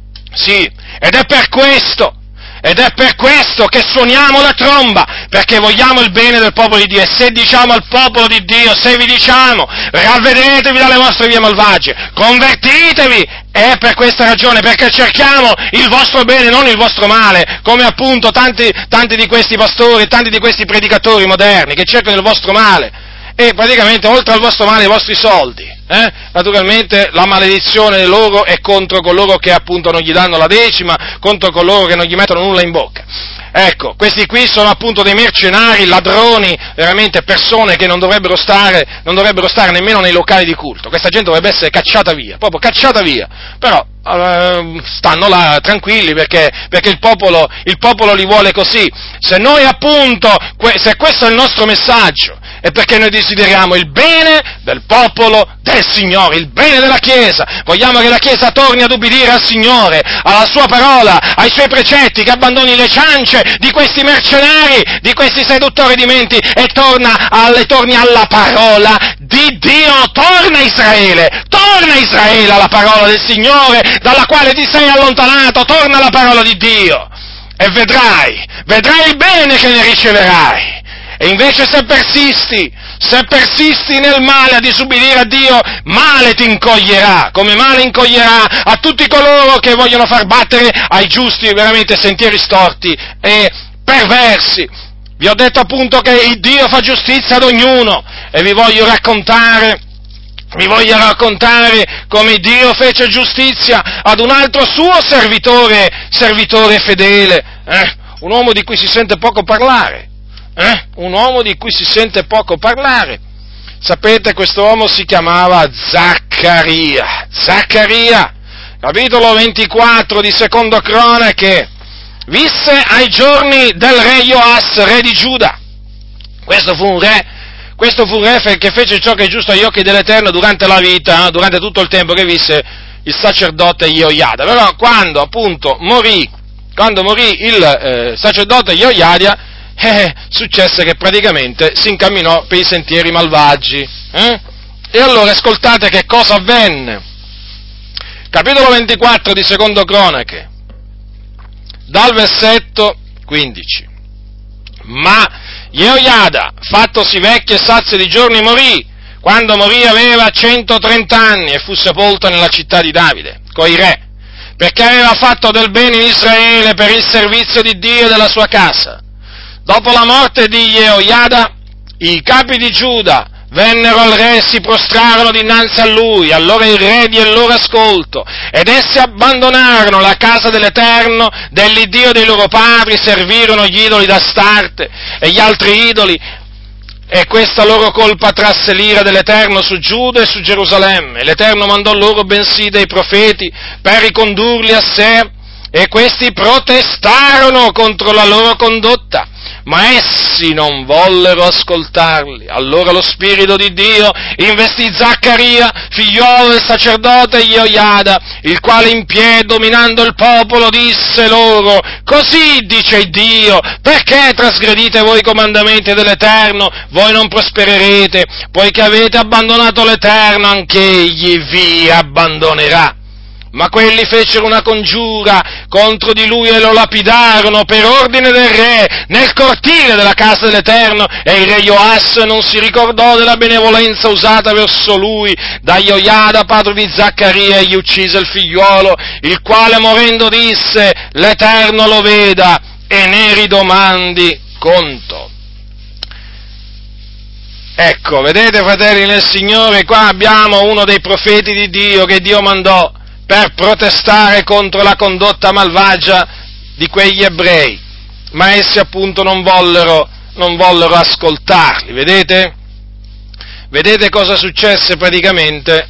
sì, ed è per questo, ed è per questo che suoniamo la tromba, perché vogliamo il bene del popolo di Dio, e se diciamo al popolo di Dio, se vi diciamo, ravvedetevi dalle vostre vie malvagie, convertitevi, è per questa ragione, perché cerchiamo il vostro bene, non il vostro male, come appunto tanti, tanti di questi pastori, tanti di questi predicatori moderni, che cercano il vostro male, e praticamente oltre al vostro male i vostri soldi, eh? Naturalmente la maledizione loro è contro coloro che appunto non gli danno la decima, contro coloro che non gli mettono nulla in bocca. Ecco, questi qui sono appunto dei mercenari, ladroni, veramente persone che non dovrebbero stare, non dovrebbero stare nemmeno nei locali di culto. Questa gente dovrebbe essere cacciata via, proprio cacciata via. Però uh, stanno là tranquilli perché, perché il popolo, il popolo li vuole così. Se noi appunto, se questo è il nostro messaggio, è perché noi desideriamo il bene del popolo del Signore, il bene della Chiesa. Vogliamo che la Chiesa torni ad ubbidire al Signore, alla Sua parola, ai Suoi precetti, che abbandoni le ciance di questi mercenari, di questi seduttori di menti e torna alle, torni alla parola di Dio. Torna Israele, torna Israele alla parola del Signore, dalla quale ti sei allontanato, torna alla parola di Dio e vedrai, vedrai il bene che ne riceverai. E invece se persisti, se persisti nel male a disubbidire a Dio, male ti incoglierà, come male incoglierà a tutti coloro che vogliono far battere ai giusti veramente sentieri storti e perversi. Vi ho detto appunto che il Dio fa giustizia ad ognuno e vi voglio raccontare, vi voglio raccontare come Dio fece giustizia ad un altro suo servitore, servitore fedele, eh? un uomo di cui si sente poco parlare. Eh? Un uomo di cui si sente poco parlare. Sapete, questo uomo si chiamava Zaccaria. Zaccaria, capitolo ventiquattro di Secondo Cronache, visse ai giorni del re Joas, re di Giuda. Questo fu un re, questo fu un re che fece ciò che è giusto agli occhi dell'Eterno durante la vita, durante tutto il tempo che visse il sacerdote Jeoiada. Però quando appunto morì, quando morì il eh, sacerdote Jeoiada, Eh, successe che praticamente si incamminò per i sentieri malvagi. Eh? E allora ascoltate che cosa avvenne. Capitolo ventiquattro di Secondo Cronache, dal versetto quindici. Ma Jeoiada, fattosi vecchio e sazio di giorni, morì. Quando morì aveva centotrenta anni e fu sepolto nella città di Davide, coi re, perché aveva fatto del bene in Israele per il servizio di Dio e della sua casa. Dopo la morte di Jeoiada, i capi di Giuda vennero al re e si prostrarono dinanzi a lui. Allora il re diede loro ascolto, ed essi abbandonarono la casa dell'Eterno, dell'Iddio dei loro padri, servirono gli idoli d'Astarte e gli altri idoli, e questa loro colpa trasse l'ira dell'Eterno su Giuda e su Gerusalemme. L'Eterno mandò loro bensì dei profeti per ricondurli a sé, e questi protestarono contro la loro condotta, ma essi non vollero ascoltarli. Allora lo Spirito di Dio investì Zaccaria, figliolo del sacerdote Jeoiada, il quale in piedi, dominando il popolo, disse loro: così dice Dio, perché trasgredite voi i comandamenti dell'Eterno? Voi non prospererete, poiché avete abbandonato l'Eterno, anch'egli vi abbandonerà. Ma quelli fecero una congiura contro di lui e lo lapidarono per ordine del re nel cortile della casa dell'Eterno, e il re Joas non si ricordò della benevolenza usata verso lui da Jeoiada, padre di Zaccaria, e gli uccise il figliuolo, il quale morendo disse: l'Eterno lo veda e ne ridomandi conto. Ecco, vedete, fratelli nel Signore, qua abbiamo uno dei profeti di Dio che Dio mandò per protestare contro la condotta malvagia di quegli ebrei, ma essi appunto non vollero, non vollero ascoltarli, vedete? Vedete cosa successe praticamente?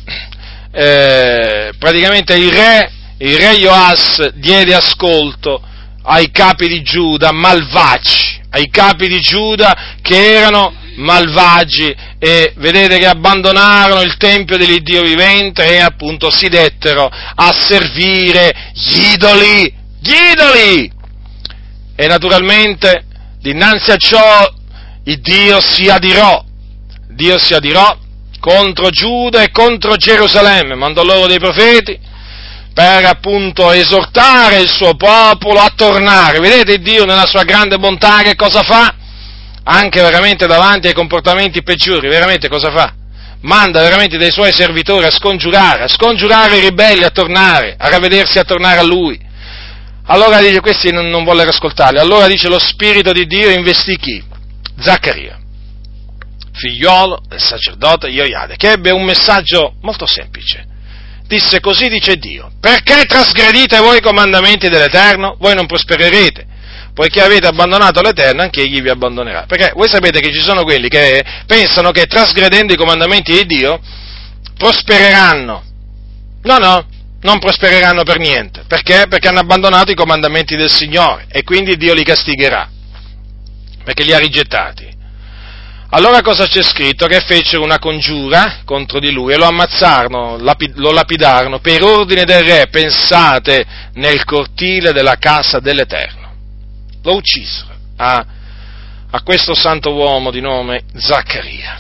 Eh, praticamente il re, il re Joas diede ascolto ai capi di Giuda malvagi, ai capi di Giuda che erano malvagi, e vedete che abbandonarono il Tempio dell'Iddio vivente e appunto si dettero a servire gli idoli, gli idoli! E naturalmente dinanzi a ciò il Dio si adirò, Dio si adirò contro Giuda e contro Gerusalemme, mandò loro dei profeti per appunto esortare il suo popolo a tornare. Vedete Dio nella sua grande bontà che cosa fa? Anche veramente davanti ai comportamenti peggiori, veramente cosa fa? Manda veramente dei suoi servitori a scongiurare, a scongiurare i ribelli a tornare, a ravvedersi, a tornare a Lui. Allora dice, questi non, non vollero ascoltarli, allora dice lo Spirito di Dio investì chi? Zaccaria, figliolo del sacerdote Joiada, che ebbe un messaggio molto semplice. Disse, così dice Dio, perché trasgredite voi i comandamenti dell'Eterno? Voi non prospererete. Poiché avete abbandonato l'Eterno, anche Egli vi abbandonerà. Perché voi sapete che ci sono quelli che pensano che trasgredendo i comandamenti di Dio prospereranno. No, no, non prospereranno per niente. Perché? Perché hanno abbandonato i comandamenti del Signore e quindi Dio li castigherà, perché li ha rigettati. Allora cosa c'è scritto? Che fecero una congiura contro di lui e lo ammazzarono, lo lapidarono per ordine del re, pensate, nel cortile della casa dell'Eterno. Lo uccisero a, a questo santo uomo di nome Zaccaria.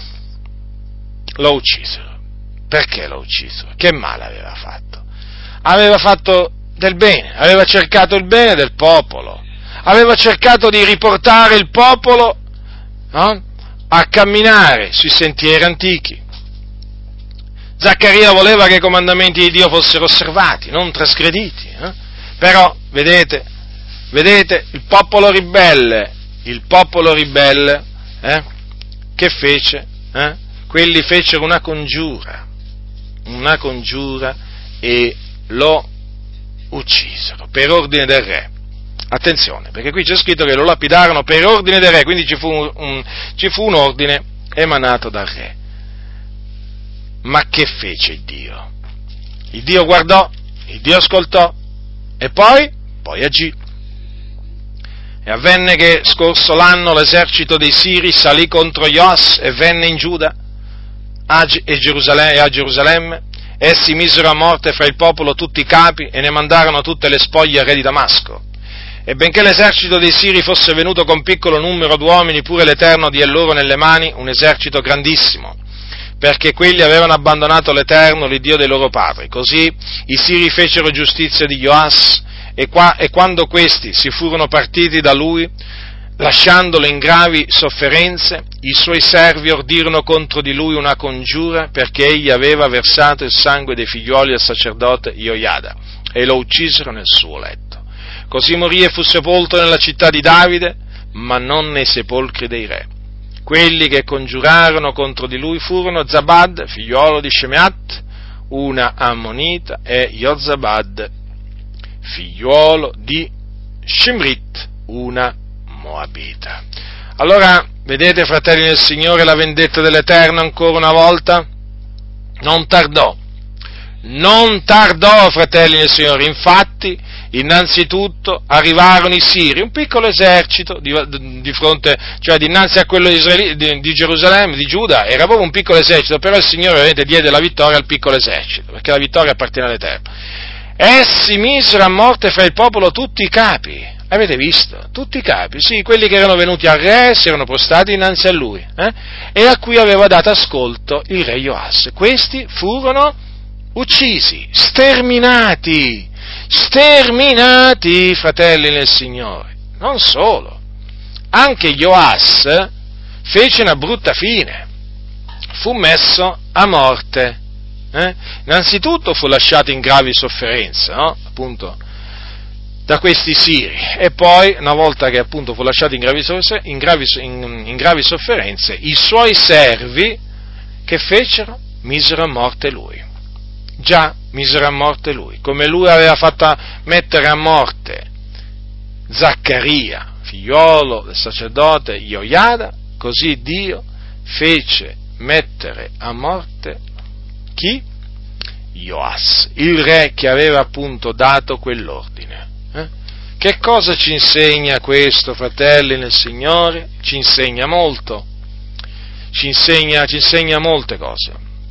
Lo uccisero. Perché lo uccisero? Che male aveva fatto? Aveva fatto del bene, aveva cercato il bene del popolo, aveva cercato di riportare il popolo, no? A camminare sui sentieri antichi. Zaccaria voleva che i comandamenti di Dio fossero osservati, non trasgrediti. Eh? Però, vedete, vedete, il popolo ribelle, il popolo ribelle, eh? Che fece? Eh? Quelli fecero una congiura, una congiura e lo uccisero per ordine del re. Attenzione, perché qui c'è scritto che lo lapidarono per ordine del re, quindi ci fu un, un, ci fu un ordine emanato dal re. Ma che fece il Dio? Il Dio guardò, il Dio ascoltò e poi, poi agì. E avvenne che scorso l'anno l'esercito dei Siri salì contro Joas e venne in Giuda e Gerusalemme, a Gerusalemme. Essi misero a morte fra il popolo tutti i capi e ne mandarono tutte le spoglie al re di Damasco. E benché l'esercito dei Siri fosse venuto con piccolo numero d'uomini, pure l'Eterno diè loro nelle mani un esercito grandissimo, perché quelli avevano abbandonato l'Eterno, l'Iddio dei loro padri. Così i Siri fecero giustizia di Joas, e, qua, e quando questi si furono partiti da lui, lasciandolo in gravi sofferenze, i suoi servi ordirono contro di lui una congiura, perché egli aveva versato il sangue dei figlioli del sacerdote Joiada, e lo uccisero nel suo letto. Così morì e fu sepolto nella città di Davide, ma non nei sepolcri dei re. Quelli che congiurarono contro di lui furono Zabad, figliolo di Shemeat, una ammonita, e Jozabad, figliuolo di Shimrit, una moabita. Allora, vedete, fratelli del Signore, la vendetta dell'Eterno ancora una volta non tardò. Non tardò, fratelli del Signore, infatti, innanzitutto arrivarono i Siri, un piccolo esercito di, di fronte, cioè dinanzi a quello di, Israel, di, di Gerusalemme, di Giuda, era proprio un piccolo esercito, però il Signore ovviamente diede la vittoria al piccolo esercito, perché la vittoria appartiene all'Eterno. Essi misero a morte fra il popolo tutti i capi, avete visto? Tutti i capi, sì, quelli che erano venuti al re, si erano prostati innanzi a lui, eh? E a cui aveva dato ascolto il re Joas. Questi furono uccisi, sterminati, sterminati, fratelli nel Signore. Non solo, anche Joas fece una brutta fine, fu messo a morte. Eh? Innanzitutto fu lasciato in gravi sofferenze, no? Appunto, da questi siri, e poi, una volta che appunto fu lasciato in gravi, in gravi, in, in gravi sofferenze, i suoi servi che fecero? Misero a morte lui. Già, misero a morte lui, come lui aveva fatto mettere a morte Zaccaria, figliolo del sacerdote Joiada, così Dio fece mettere a morte chi? Joas, il re che aveva appunto dato quell'ordine. Eh? Che cosa ci insegna questo, fratelli nel Signore? Ci insegna molto, ci insegna, ci insegna molte cose,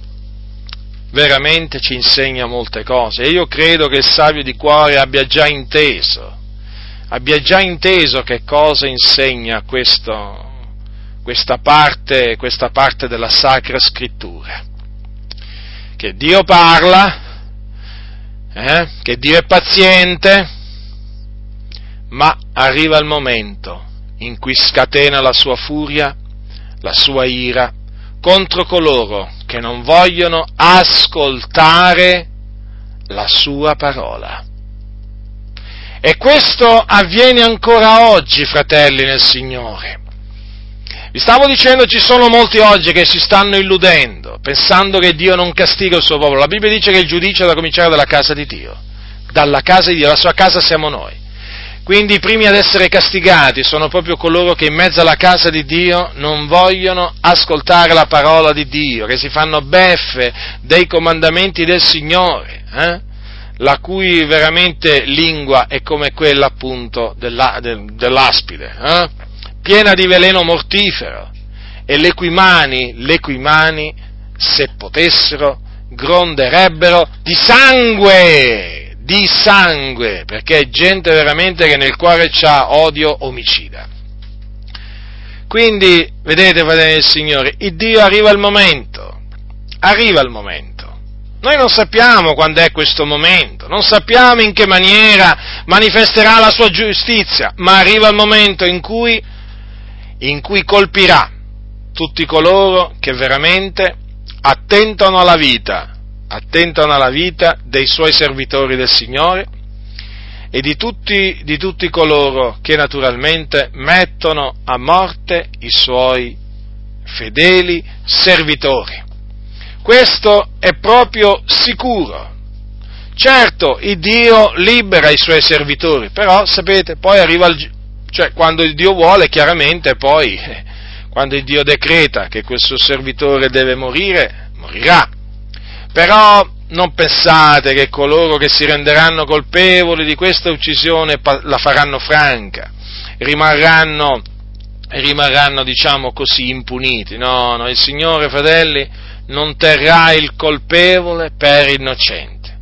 veramente ci insegna molte cose, e io credo che il savio di cuore abbia già inteso, abbia già inteso che cosa insegna questo, questa parte, questa parte della Sacra Scrittura. Che Dio parla, eh, che Dio è paziente, ma arriva il momento in cui scatena la sua furia, la sua ira, contro coloro che non vogliono ascoltare la sua parola. E questo avviene ancora oggi, fratelli nel Signore. Vi stavo dicendo, ci sono molti oggi che si stanno illudendo, pensando che Dio non castiga il suo popolo. La Bibbia dice che il giudizio è da cominciare dalla casa di Dio, dalla casa di Dio, la sua casa siamo noi. Quindi i primi ad essere castigati sono proprio coloro che in mezzo alla casa di Dio non vogliono ascoltare la parola di Dio, che si fanno beffe dei comandamenti del Signore, eh? la cui veramente lingua è come quella appunto della, del, dell'aspide, eh? piena di veleno mortifero, e le cui mani, le cui mani, se potessero, gronderebbero di sangue, di sangue, perché è gente veramente che nel cuore c'ha odio omicida. Quindi, vedete, fratelli del Signore, il Dio arriva il momento, arriva il momento. Noi non sappiamo quando è questo momento, non sappiamo in che maniera manifesterà la sua giustizia, ma arriva il momento in cui, in cui colpirà tutti coloro che veramente attentano alla vita, attentano alla vita dei suoi servitori del Signore e di tutti, di tutti coloro che naturalmente mettono a morte i suoi fedeli servitori. Questo è proprio sicuro. Certo, il Dio libera i suoi servitori, però sapete, poi arriva il, cioè quando il Dio vuole, chiaramente poi, eh, quando il Dio decreta che quel suo servitore deve morire, morirà. Però non pensate che coloro che si renderanno colpevoli di questa uccisione la faranno franca, rimarranno, rimarranno diciamo così, impuniti. No, no, il Signore, fratelli, non terrà il colpevole per innocente.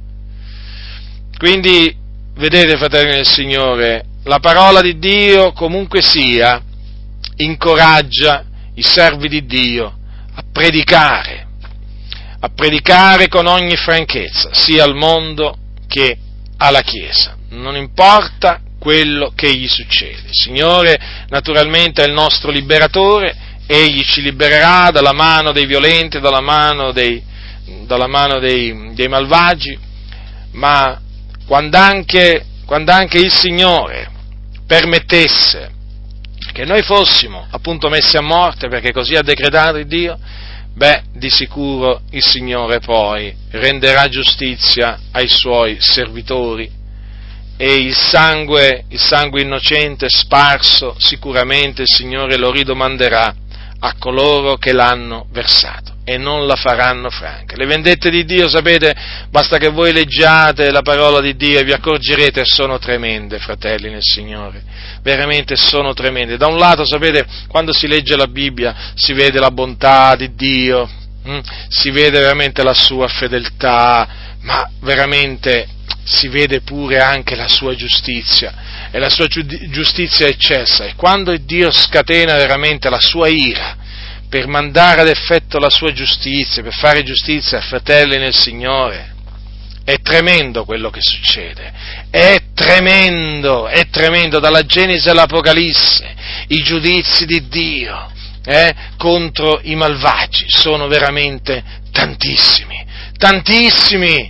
Quindi, vedete, fratelli del Signore, la parola di Dio, comunque sia, incoraggia i servi di Dio a predicare, a predicare con ogni franchezza, sia al mondo che alla Chiesa. Non importa quello che gli succede. Il Signore, naturalmente, è il nostro liberatore. Egli ci libererà dalla mano dei violenti, dalla mano dei, dalla mano dei, dei malvagi, ma quando anche, quando anche il Signore permettesse che noi fossimo appunto messi a morte, perché così ha decretato il Dio, beh, di sicuro il Signore poi renderà giustizia ai suoi servitori e il sangue, il sangue innocente sparso sicuramente il Signore lo ridomanderà a coloro che l'hanno versato e non la faranno franca. Le vendette di Dio, sapete, basta che voi leggiate la parola di Dio e vi accorgerete, sono tremende, fratelli nel Signore, veramente sono tremende. Da un lato, sapete, quando si legge la Bibbia si vede la bontà di Dio, hm? si vede veramente la sua fedeltà, ma veramente si vede pure anche la sua giustizia, e la sua giustizia è eccessa, e quando Dio scatena veramente la sua ira per mandare ad effetto la sua giustizia, per fare giustizia ai fratelli nel Signore, è tremendo quello che succede, è tremendo, è tremendo, dalla Genesi all'Apocalisse, i giudizi di Dio eh, contro i malvagi sono veramente tantissimi, tantissimi,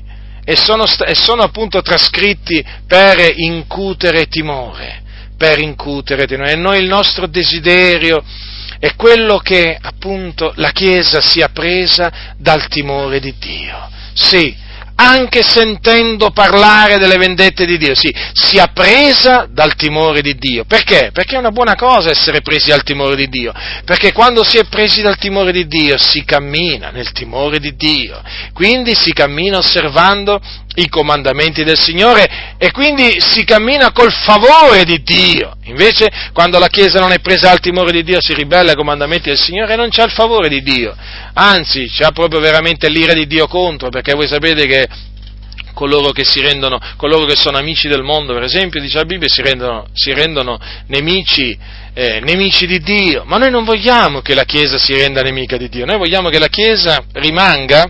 e sono, e sono appunto trascritti per incutere timore, per incutere timore. E noi il nostro desiderio è quello che appunto la Chiesa sia presa dal timore di Dio. Sì, anche sentendo parlare delle vendette di Dio, sì, sia presa dal timore di Dio. Perché? Perché è una buona cosa essere presi dal timore di Dio, perché quando si è presi dal timore di Dio si cammina nel timore di Dio, quindi si cammina osservando i comandamenti del Signore e quindi si cammina col favore di Dio. Invece quando la Chiesa non è presa dal timore di Dio si ribella ai comandamenti del Signore e non c'ha il favore di Dio, anzi c'ha proprio veramente l'ira di Dio contro, perché voi sapete che coloro che si rendono, coloro che sono amici del mondo, per esempio, dice la Bibbia, si rendono, si rendono nemici, eh, nemici di Dio. Ma noi non vogliamo che la Chiesa si renda nemica di Dio, noi vogliamo che la Chiesa rimanga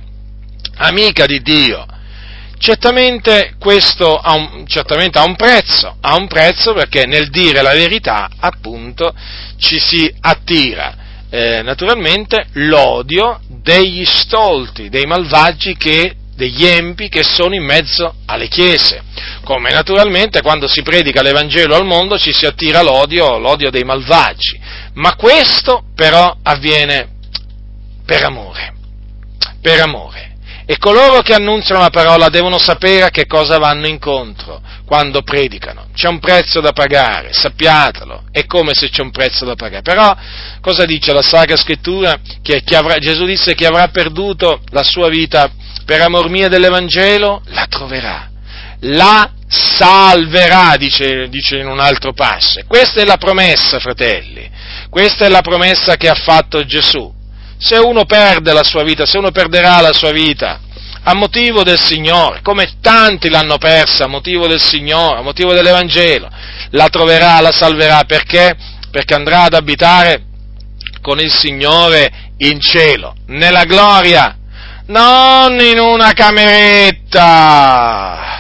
amica di Dio. Certamente questo ha un, certamente ha un prezzo, ha un prezzo perché nel dire la verità, appunto, ci si attira, eh, naturalmente, l'odio degli stolti, dei malvagi che degli empi che sono in mezzo alle chiese, come naturalmente quando si predica l'Evangelo al mondo ci si attira l'odio, l'odio dei malvagi, ma questo però avviene per amore, per amore, e coloro che annunziano la parola devono sapere a che cosa vanno incontro quando predicano. C'è un prezzo da pagare, sappiatelo, è come se c'è un prezzo da pagare. Però cosa dice la Sacra Scrittura? Che chi avrà, Gesù disse: chi avrà perduto la sua vita per amor mio dell'Evangelo, la troverà, la salverà, dice, dice in un altro passo. Questa è la promessa, fratelli, questa è la promessa che ha fatto Gesù. Se uno perde la sua vita, se uno perderà la sua vita a motivo del Signore, come tanti l'hanno persa a motivo del Signore, a motivo dell'Evangelo, la troverà, la salverà, perché? Perché andrà ad abitare con il Signore in cielo, nella gloria, non in una cameretta,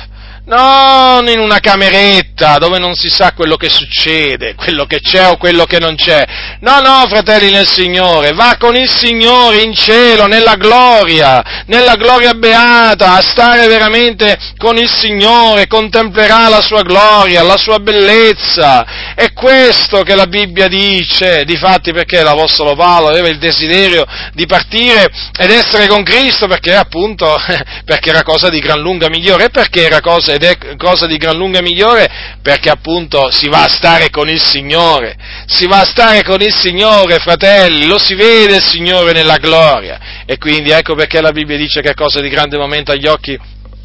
non in una cameretta dove non si sa quello che succede, quello che c'è o quello che non c'è. No, no, fratelli nel Signore, va con il Signore in cielo, nella gloria, nella gloria beata, a stare veramente con il Signore, contemplerà la sua gloria, la sua bellezza. È questo che la Bibbia dice, difatti perché l'Apostolo Paolo aveva il desiderio di partire ed essere con Cristo, perché appunto, perché era cosa di gran lunga migliore, e perché era cosa ed è cosa di gran lunga migliore perché appunto si va a stare con il Signore, si va a stare con il Signore, fratelli, lo si vede il Signore nella gloria, e quindi ecco perché la Bibbia dice che è cosa di grande momento agli occhi,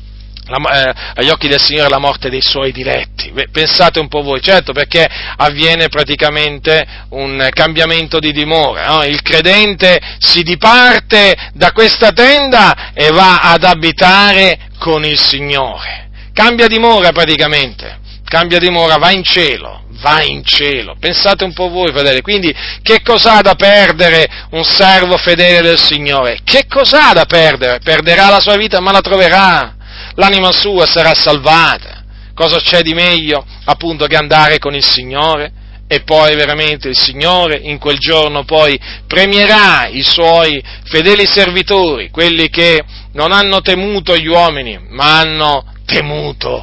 la, eh, agli occhi del Signore la morte dei Suoi diletti. Pensate un po' voi, certo, perché avviene praticamente un cambiamento di dimora, no? Il credente si diparte da questa tenda e va ad abitare con il Signore. Cambia dimora praticamente, cambia dimora, va in cielo, va in cielo. Pensate un po' voi, fratelli, quindi che cos'ha da perdere un servo fedele del Signore? Che cos'ha da perdere? Perderà la sua vita, ma la troverà, l'anima sua sarà salvata. Cosa c'è di meglio, appunto, che andare con il Signore? E poi veramente il Signore in quel giorno poi premierà i Suoi fedeli servitori, quelli che non hanno temuto gli uomini, ma hanno temuto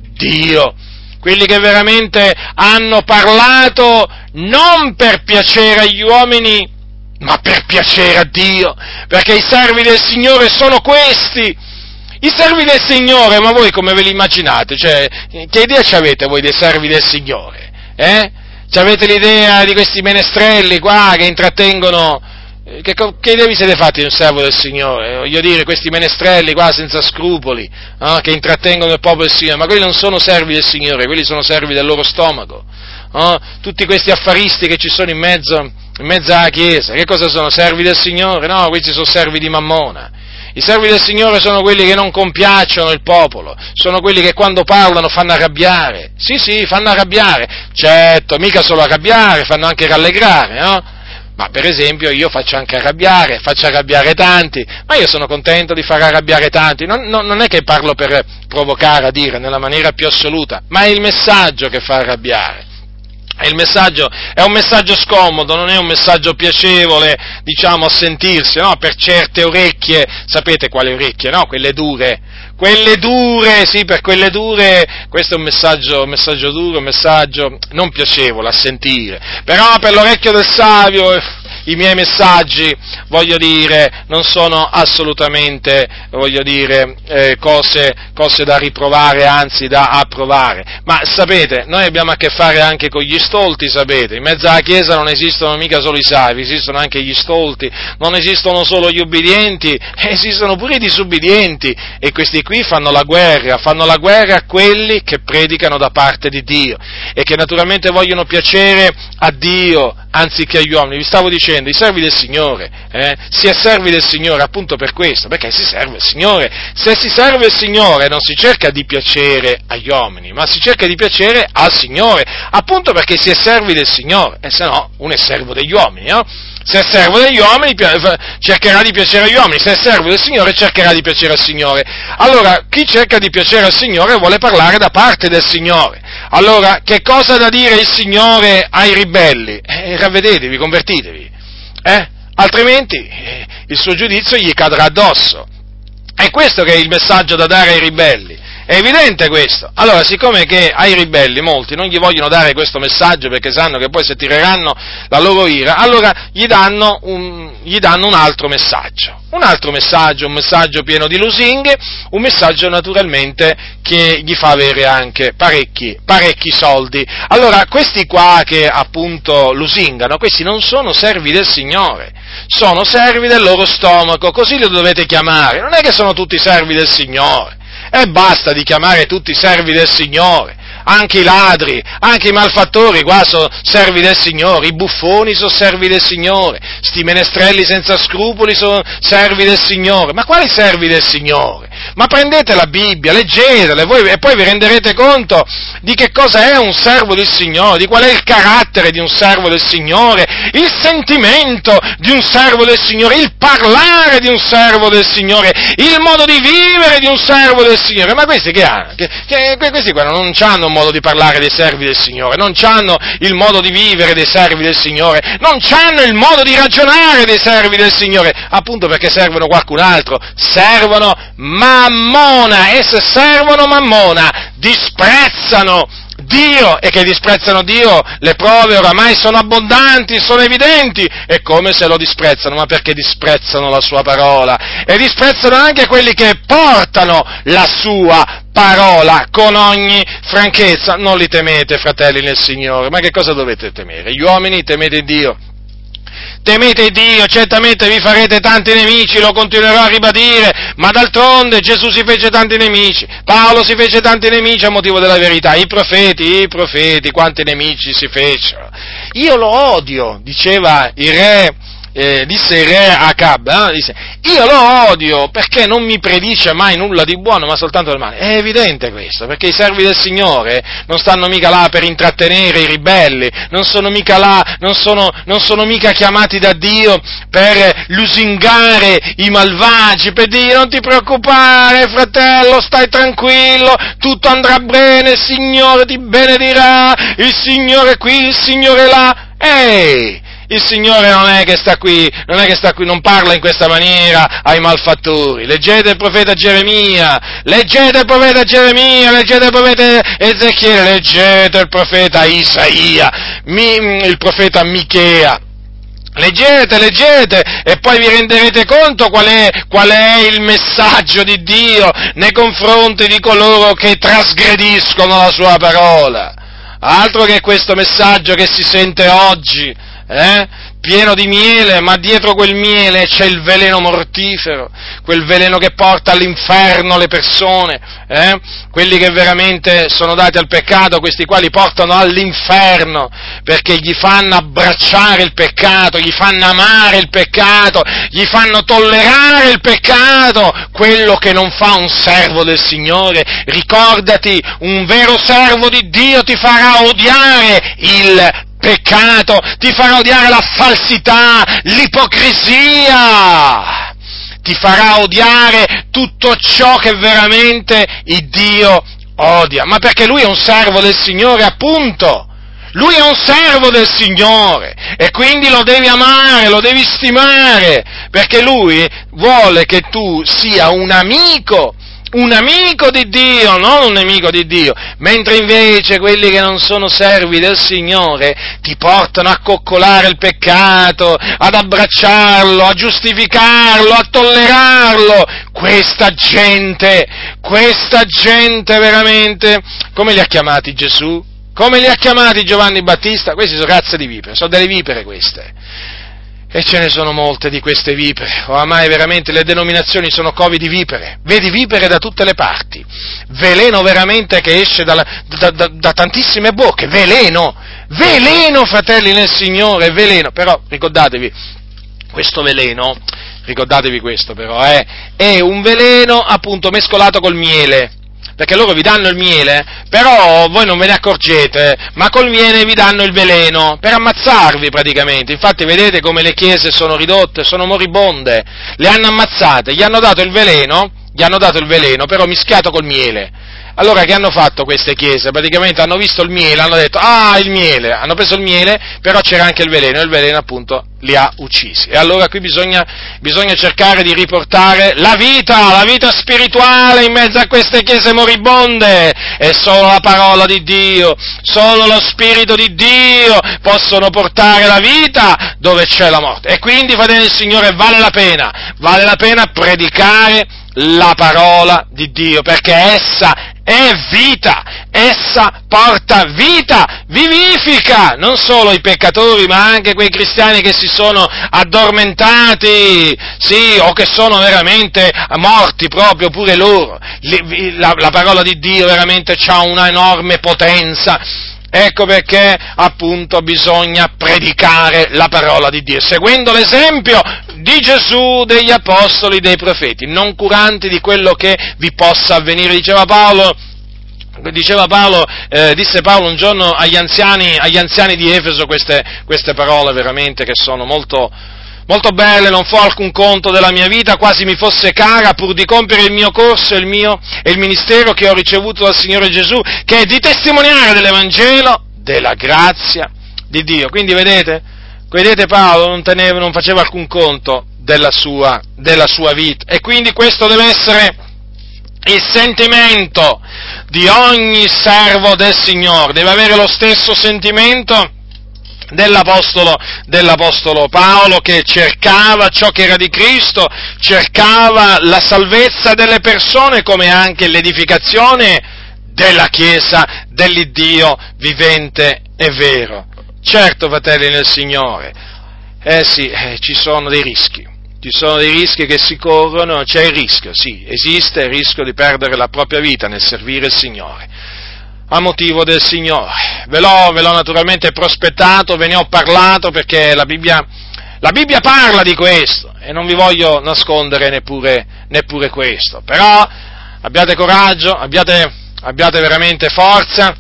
Dio, quelli che veramente hanno parlato non per piacere agli uomini, ma per piacere a Dio, perché i servi del Signore sono questi, i servi del Signore. Ma voi come ve li immaginate? Cioè, che idea ci avete voi dei servi del Signore? Eh? Ci avete l'idea di questi menestrelli qua che intrattengono? Che, che idea vi siete fatti di un servo del Signore? Voglio dire, questi menestrelli qua senza scrupoli, eh, che intrattengono il popolo del Signore, ma quelli non sono servi del Signore, quelli sono servi del loro stomaco. Eh? Tutti questi affaristi che ci sono in mezzo, in mezzo alla Chiesa, che cosa sono? Servi del Signore? No, questi sono servi di Mammona. I servi del Signore sono quelli che non compiacciono il popolo, sono quelli che quando parlano fanno arrabbiare. Sì, sì, fanno arrabbiare. Certo, mica solo arrabbiare, fanno anche rallegrare, no? Ma per esempio io faccio anche arrabbiare, faccio arrabbiare tanti, ma io sono contento di far arrabbiare tanti, non, non, non è che parlo per provocare, a dire, nella maniera più assoluta, ma è il messaggio che fa arrabbiare. Il messaggio è un messaggio scomodo, non è un messaggio piacevole, diciamo, a sentirsi, no? Per certe orecchie, sapete quali orecchie, no? Quelle dure, quelle dure, sì, per quelle dure, questo è un messaggio, un messaggio duro, un messaggio non piacevole a sentire, però per l'orecchio del savio i miei messaggi, voglio dire, non sono assolutamente, voglio dire, eh, cose, cose da riprovare, anzi da approvare. Ma sapete, noi abbiamo a che fare anche con gli stolti, sapete, in mezzo alla Chiesa non esistono mica solo i savi, esistono anche gli stolti, non esistono solo gli ubbidienti, esistono pure i disubbidienti, e questi qui fanno la guerra, fanno la guerra a quelli che predicano da parte di Dio, e che naturalmente vogliono piacere a Dio, anziché agli uomini. Vi stavo dicendo, i servi del Signore, eh, si è servi del Signore appunto per questo, perché si serve il Signore. Se si serve il Signore non si cerca di piacere agli uomini, ma si cerca di piacere al Signore, appunto perché si è servi del Signore, e se no uno è servo degli uomini, no? Se è servo degli uomini cercherà di piacere agli uomini, se è servo del Signore cercherà di piacere al Signore. Allora, chi cerca di piacere al Signore vuole parlare da parte del Signore. Allora, che cosa ha da dire il Signore ai ribelli? Eh, ravvedetevi, convertitevi, eh? Altrimenti eh, il suo giudizio gli cadrà addosso. È questo che è il messaggio da dare ai ribelli. È evidente questo. Allora, siccome che ai ribelli molti non gli vogliono dare questo messaggio perché sanno che poi si tireranno la loro ira, allora gli danno un, gli danno un altro messaggio. Un altro messaggio, un messaggio pieno di lusinghe, un messaggio naturalmente che gli fa avere anche parecchi, parecchi soldi. Allora, questi qua che appunto lusingano, questi non sono servi del Signore, sono servi del loro stomaco, così li dovete chiamare, non è che sono tutti servi del Signore. E basta di chiamare tutti i servi del Signore, anche i ladri, anche i malfattori, qua sono servi del Signore, i buffoni sono servi del Signore, sti menestrelli senza scrupoli sono servi del Signore. Ma quali servi del Signore? Ma prendete la Bibbia, leggetela, voi, e poi vi renderete conto di che cosa è un servo del Signore, di qual è il carattere di un servo del Signore, il sentimento di un servo del Signore, il parlare di un servo del Signore, il modo di vivere di un servo del Signore. Ma questi che hanno? Che, che, questi qua non hanno un modo di parlare dei servi del Signore, non hanno il modo di vivere dei servi del Signore, non hanno il modo di ragionare dei servi del Signore, appunto perché servono qualcun altro, servono Mammona, e se servono Mammona disprezzano Dio, e che disprezzano Dio le prove oramai sono abbondanti, sono evidenti, è come se lo disprezzano, ma perché disprezzano la sua parola, e disprezzano anche quelli che portano la sua parola con ogni franchezza. Non li temete, fratelli nel Signore, ma che cosa dovete temere? Gli uomini? Temete Dio. Temete Dio, certamente vi farete tanti nemici, lo continuerò a ribadire, ma d'altronde Gesù si fece tanti nemici, Paolo si fece tanti nemici a motivo della verità, i profeti, i profeti, quanti nemici si fecero. Io lo odio, diceva il re, eh, disse il re Acab, eh, disse, io lo odio perché non mi predice mai nulla di buono, ma soltanto del male. È evidente questo, perché i servi del Signore non stanno mica là per intrattenere i ribelli, non sono mica là, non sono, non sono mica chiamati da Dio per lusingare i malvagi, per dire non ti preoccupare fratello, stai tranquillo, tutto andrà bene, il Signore ti benedirà, il Signore qui, il Signore là. Ehi! Il Signore non è che sta qui, non è che sta qui, non parla in questa maniera ai malfattori. Leggete il profeta Geremia, leggete il profeta Geremia, leggete il profeta Ezechiele, leggete il profeta Isaia, mi, il profeta Michea. Leggete, leggete, e poi vi renderete conto qual è, qual è il messaggio di Dio nei confronti di coloro che trasgrediscono la sua parola. Altro che questo messaggio che si sente oggi, eh? pieno di miele, ma dietro quel miele c'è il veleno mortifero, quel veleno che porta all'inferno le persone, eh? quelli che veramente sono dati al peccato, questi qua li portano all'inferno, perché gli fanno abbracciare il peccato, gli fanno amare il peccato, gli fanno tollerare il peccato, quello che non fa un servo del Signore. Ricordati, un vero servo di Dio ti farà odiare il peccato, ti farà odiare la falsità, l'ipocrisia, ti farà odiare tutto ciò che veramente il Dio odia, ma perché lui è un servo del Signore, appunto. Lui è un servo del Signore e quindi lo devi amare, lo devi stimare, perché Lui vuole che tu sia un amico, un amico di Dio, non un nemico di Dio, mentre invece quelli che non sono servi del Signore ti portano a coccolare il peccato, ad abbracciarlo, a giustificarlo, a tollerarlo. Questa gente, questa gente veramente, come li ha chiamati Gesù? Come li ha chiamati Giovanni Battista? Questi sono razze di vipere, sono delle vipere queste. E ce ne sono molte di queste vipere, oramai veramente le denominazioni sono covi di vipere, vedi vipere da tutte le parti, veleno veramente che esce dalla, da, da, da tantissime bocche, veleno, veleno fratelli nel Signore, veleno, però ricordatevi, questo veleno, ricordatevi questo però, eh, è un veleno appunto mescolato col miele, perché loro vi danno il miele, però voi non ve ne accorgete, ma col miele vi danno il veleno, per ammazzarvi praticamente. Infatti vedete come le chiese sono ridotte, sono moribonde, le hanno ammazzate, gli hanno dato il veleno, gli hanno dato il veleno, però mischiato col miele. Allora che hanno fatto queste chiese? Praticamente hanno visto il miele, hanno detto, ah, il miele, hanno preso il miele, però c'era anche il veleno, e il veleno appunto li ha uccisi. E allora qui bisogna, bisogna cercare di riportare la vita, la vita spirituale in mezzo a queste chiese moribonde, e solo la parola di Dio, solo lo Spirito di Dio possono portare la vita dove c'è la morte. E quindi, fratelli del Signore, vale la pena, vale la pena predicare la parola di Dio, perché essa è vita, essa porta vita, vivifica non solo i peccatori ma anche quei cristiani che si sono addormentati, sì, o che sono veramente morti proprio pure loro. La, la parola di Dio veramente ha una enorme potenza. Ecco perché appunto bisogna predicare la parola di Dio, seguendo l'esempio di Gesù, degli apostoli, dei profeti, non curanti di quello che vi possa avvenire. Diceva Paolo, diceva Paolo, eh, disse Paolo un giorno agli anziani, agli anziani di Efeso queste, queste parole veramente che sono molto, molto belle: non fo alcun conto della mia vita, quasi mi fosse cara, pur di compiere il mio corso e il mio e il ministero che ho ricevuto dal Signore Gesù, che è di testimoniare dell'Evangelo, della grazia di Dio. Quindi vedete, vedete Paolo non teneva, non faceva alcun conto della sua, della sua vita, e quindi questo deve essere il sentimento di ogni servo del Signore, deve avere lo stesso sentimento dell'apostolo, dell'apostolo Paolo, che cercava ciò che era di Cristo, cercava la salvezza delle persone come anche l'edificazione della Chiesa dell'Iddio vivente e vero. Certo, fratelli nel Signore, eh sì, eh, ci sono dei rischi, ci sono dei rischi che si corrono, c'è il rischio, sì, esiste il rischio di perdere la propria vita nel servire il Signore, a motivo del Signore. Ve l'ho, ve l'ho naturalmente prospettato, ve ne ho parlato, perché la Bibbia, la Bibbia parla di questo, e non vi voglio nascondere neppure, neppure questo, però abbiate coraggio, abbiate, abbiate veramente forza,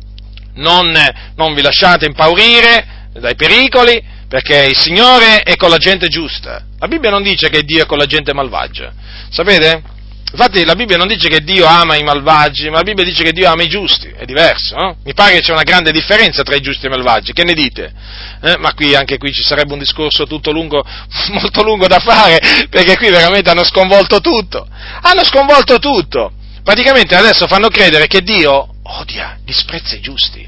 non, non vi lasciate impaurire dai pericoli, perché il Signore è con la gente giusta. La Bibbia non dice che Dio è con la gente malvagia, sapete? Infatti la Bibbia non dice che Dio ama i malvagi, ma la Bibbia dice che Dio ama i giusti, è diverso, no? Mi pare che c'è una grande differenza tra i giusti e i malvagi, che ne dite? Eh? Ma qui, anche qui ci sarebbe un discorso tutto lungo, molto lungo da fare, perché qui veramente hanno sconvolto tutto, hanno sconvolto tutto, praticamente adesso fanno credere che Dio odia, disprezza i giusti.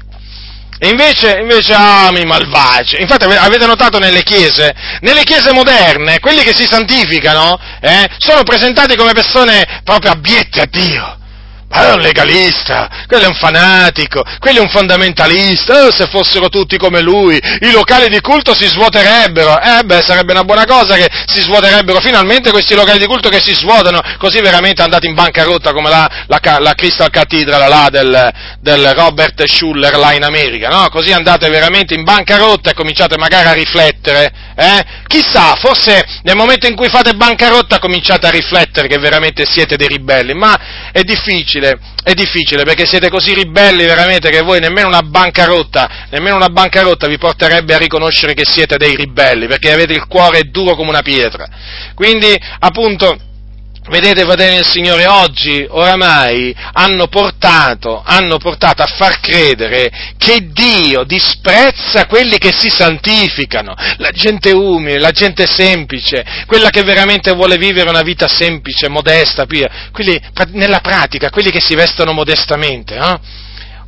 E invece, invece ama i malvagi. Infatti avete notato nelle chiese, nelle chiese moderne, quelli che si santificano, eh, sono presentati come persone proprio abbiette a Dio. Ma è un legalista, quello è un fanatico, quello è un fondamentalista, oh, se fossero tutti come lui, i locali di culto si svuoterebbero, eh beh, sarebbe una buona cosa che si svuoterebbero finalmente questi locali di culto, che si svuotano, così veramente andate in bancarotta come la, la, la Crystal Cathedral là del, del Robert Schuller là in America, no? Così andate veramente in bancarotta e cominciate magari a riflettere, eh? Chissà, forse nel momento in cui fate bancarotta cominciate a riflettere che veramente siete dei ribelli, ma è difficile. È difficile, perché siete così ribelli veramente che voi nemmeno una bancarotta, nemmeno una bancarotta vi porterebbe a riconoscere che siete dei ribelli, perché avete il cuore duro come una pietra. Quindi, appunto, vedete, fratelli del Signore, oggi oramai hanno portato, hanno portato a far credere che Dio disprezza quelli che si santificano, la gente umile, la gente semplice, quella che veramente vuole vivere una vita semplice, modesta, pia, quelli, nella pratica, quelli che si vestono modestamente, eh?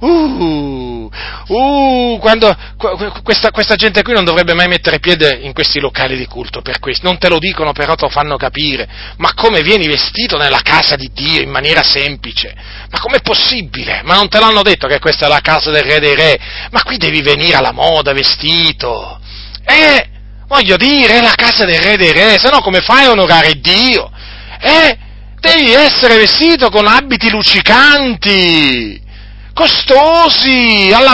Uh, uh, quando questa, questa gente qui non dovrebbe mai mettere piede in questi locali di culto, per questo, non te lo dicono, però te lo fanno capire, ma come vieni vestito nella casa di Dio in maniera semplice? Ma com'è possibile? Ma non te l'hanno detto che questa è la casa del re dei re? Ma qui devi venire alla moda vestito, eh, voglio dire, è la casa del re dei re, se no come fai a onorare Dio? Eh, devi essere vestito con abiti luccicanti, costosi, alla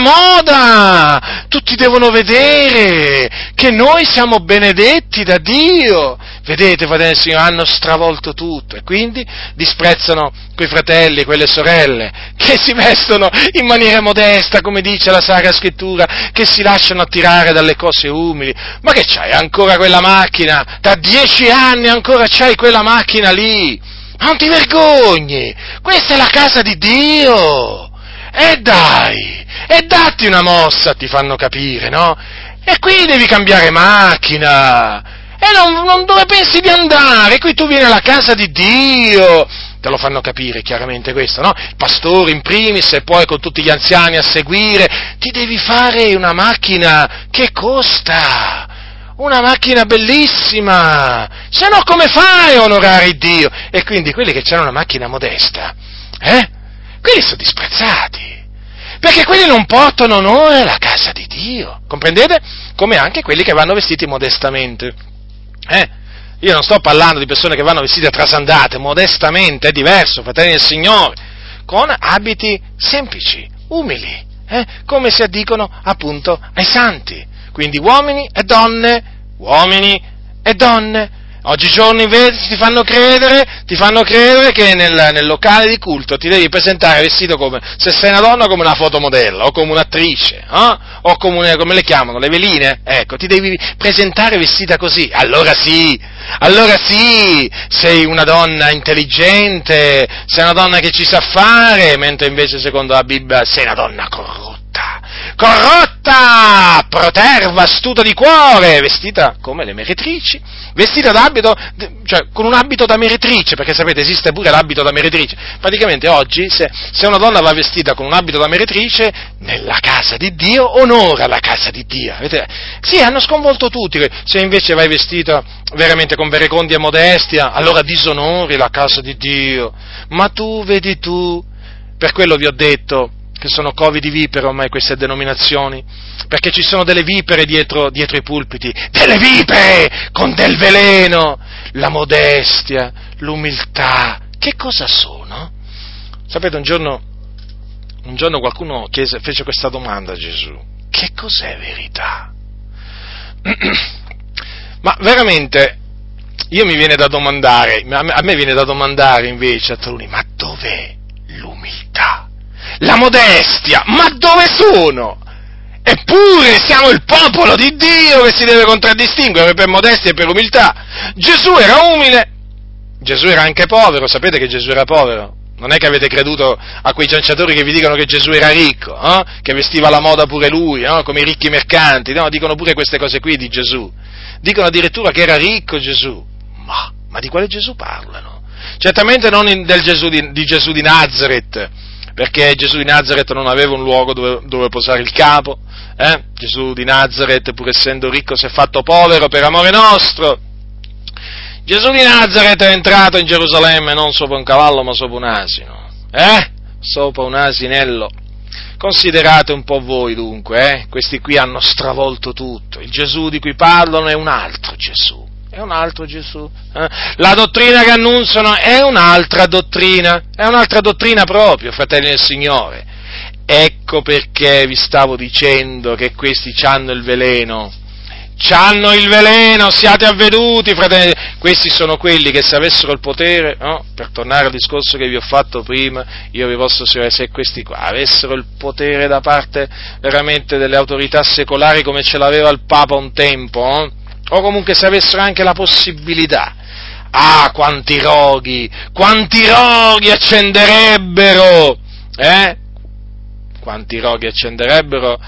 moda, tutti devono vedere che noi siamo benedetti da Dio. Vedete, fratelli del Signore, hanno stravolto tutto e quindi disprezzano quei fratelli, quelle sorelle che si vestono in maniera modesta, come dice la Sacra Scrittura, che si lasciano attirare dalle cose umili. Ma che c'hai ancora quella macchina? Da dieci anni ancora c'hai quella macchina lì? Ma non ti vergogni? Questa è la casa di Dio! E dai, e datti una mossa, ti fanno capire, no? E qui devi cambiare macchina, e non, non dove pensi di andare, qui tu vieni alla casa di Dio, te lo fanno capire chiaramente questo, no? Il pastore in primis e poi con tutti gli anziani a seguire, ti devi fare una macchina che costa, una macchina bellissima, se no come fai a onorare Dio? E quindi quelli che hanno una macchina modesta, eh? Quelli sono disprezzati, perché quelli non portano onore alla casa di Dio, comprendete? Come anche quelli che vanno vestiti modestamente, eh? Io non sto parlando di persone che vanno vestite trasandate, modestamente, è diverso, fratelli del Signore, con abiti semplici, umili, eh? Come si addicono appunto ai santi, quindi uomini e donne, uomini e donne. Oggigiorno invece ti fanno credere, ti fanno credere che nel, nel locale di culto ti devi presentare vestito come, se sei una donna, come una fotomodella, o come un'attrice, eh? O come, una, come le chiamano, le veline, ecco, ti devi presentare vestita così, allora sì, allora sì, sei una donna intelligente, sei una donna che ci sa fare, mentre invece secondo la Bibbia sei una donna corrotta. Corrotta, proterva, astuta di cuore, vestita come le meretrici, vestita d'abito, cioè con un abito da meretrice, perché sapete esiste pure l'abito da meretrice. Praticamente oggi se, se una donna va vestita con un abito da meretrice, nella casa di Dio onora la casa di Dio. Vedete? Sì, hanno sconvolto tutti. Se invece vai vestita veramente con verecondia e modestia, allora disonori la casa di Dio. Ma tu, vedi tu, per quello vi ho detto che sono covi di vipere ormai queste denominazioni, perché ci sono delle vipere dietro, dietro i pulpiti, delle vipere con del veleno, la modestia, l'umiltà, che cosa sono? Sapete, un giorno, un giorno qualcuno chiese, fece questa domanda a Gesù, che cos'è verità? Ma veramente, io mi viene da domandare, a me viene da domandare invece a taluni, ma dov'è l'umiltà? La modestia, ma dove sono? Eppure siamo il popolo di Dio che si deve contraddistinguere per modestia e per umiltà. Gesù era umile, Gesù era anche povero, sapete che Gesù era povero? Non è che avete creduto a quei cianciatori che vi dicono che Gesù era ricco, eh? Che vestiva alla moda pure lui, no? Come i ricchi mercanti, no? Dicono pure queste cose qui di Gesù. Dicono addirittura che era ricco Gesù. Ma, ma di quale Gesù parlano? Certamente non in, del Gesù di, di Gesù di Nazaret, perché Gesù di Nazaret non aveva un luogo dove, dove posare il capo, eh? Gesù di Nazaret, pur essendo ricco, si è fatto povero per amore nostro. Gesù di Nazaret è entrato in Gerusalemme non sopra un cavallo ma sopra un asino, eh? Sopra un asinello. Considerate un po' voi dunque, eh? Questi qui hanno stravolto tutto, il Gesù di cui parlano è un altro Gesù. È un altro Gesù. Eh? La dottrina che annunciano è un'altra dottrina, è un'altra dottrina proprio, fratelli del Signore. Ecco perché vi stavo dicendo che questi c'hanno il veleno. C'hanno il veleno, siate avveduti, fratelli. Questi sono quelli che se avessero il potere, no? Per tornare al discorso che vi ho fatto prima, io vi posso dire, se questi qua avessero il potere da parte veramente delle autorità secolari come ce l'aveva il Papa un tempo, eh? O comunque se avessero anche la possibilità, Ah, quanti roghi, quanti roghi accenderebbero, eh? Quanti roghi accenderebbero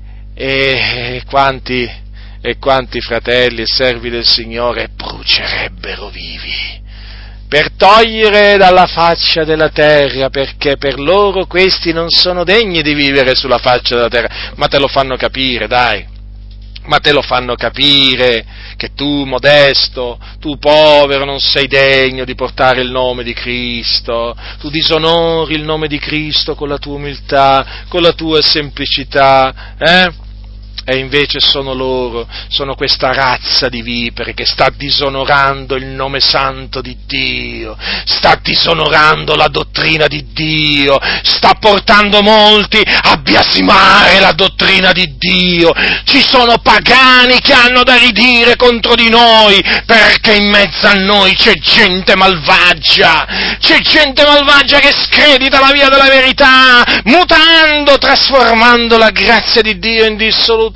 e quanti, e quanti fratelli e servi del Signore brucierebbero vivi per togliere dalla faccia della terra, perché per loro questi non sono degni di vivere sulla faccia della terra. Ma te lo fanno capire, dai. Ma te lo fanno capire che tu, modesto, tu povero, non sei degno di portare il nome di Cristo, tu disonori il nome di Cristo con la tua umiltà, con la tua semplicità, eh? E invece sono loro, sono questa razza di vipere che sta disonorando il nome santo di Dio, sta disonorando la dottrina di Dio, sta portando molti a biasimare la dottrina di Dio. Ci sono pagani che hanno da ridire contro di noi, perché in mezzo a noi c'è gente malvagia, c'è gente malvagia che scredita la via della verità, mutando, trasformando la grazia di Dio in dissoluzione.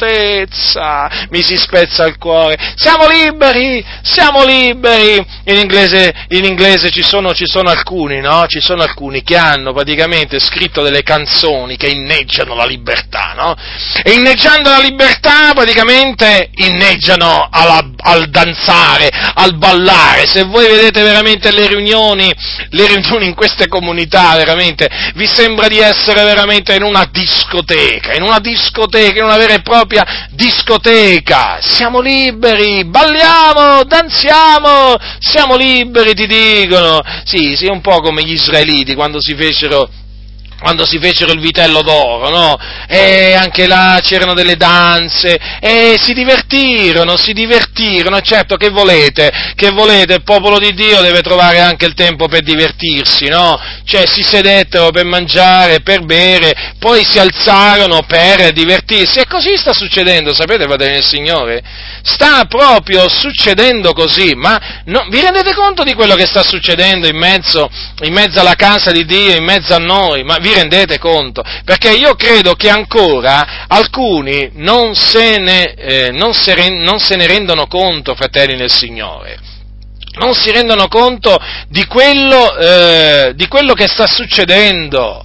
Mi si spezza il cuore. Siamo liberi, siamo liberi. In inglese, in inglese ci sono, ci sono alcuni, no? Ci sono alcuni che hanno praticamente scritto delle canzoni che inneggiano la libertà, no? E inneggiando la libertà praticamente inneggiano alla, al danzare, al ballare. Se voi vedete veramente le riunioni, le riunioni in queste comunità, veramente, vi sembra di essere veramente in una discoteca, in una discoteca, in una vera e propria discoteca. Siamo liberi, balliamo, danziamo, siamo liberi, ti dicono. Sì, sì, un po' come gli israeliti quando si fecero quando si fecero il vitello d'oro, no? E anche là c'erano delle danze, e si divertirono, si divertirono, certo, che volete, che volete, il popolo di Dio deve trovare anche il tempo per divertirsi, no? Cioè, si sedettero per mangiare, per bere, poi si alzarono per divertirsi, e così sta succedendo, sapete, fratelli del Signore? Sta proprio succedendo così, ma no, vi rendete conto di quello che sta succedendo in mezzo, in mezzo alla casa di Dio, in mezzo a noi? Ma vi rendete conto? Perché io credo che ancora alcuni non se ne, eh, non se, non se ne rendono conto, fratelli nel Signore. Non si rendono conto di quello, eh, di quello che sta succedendo.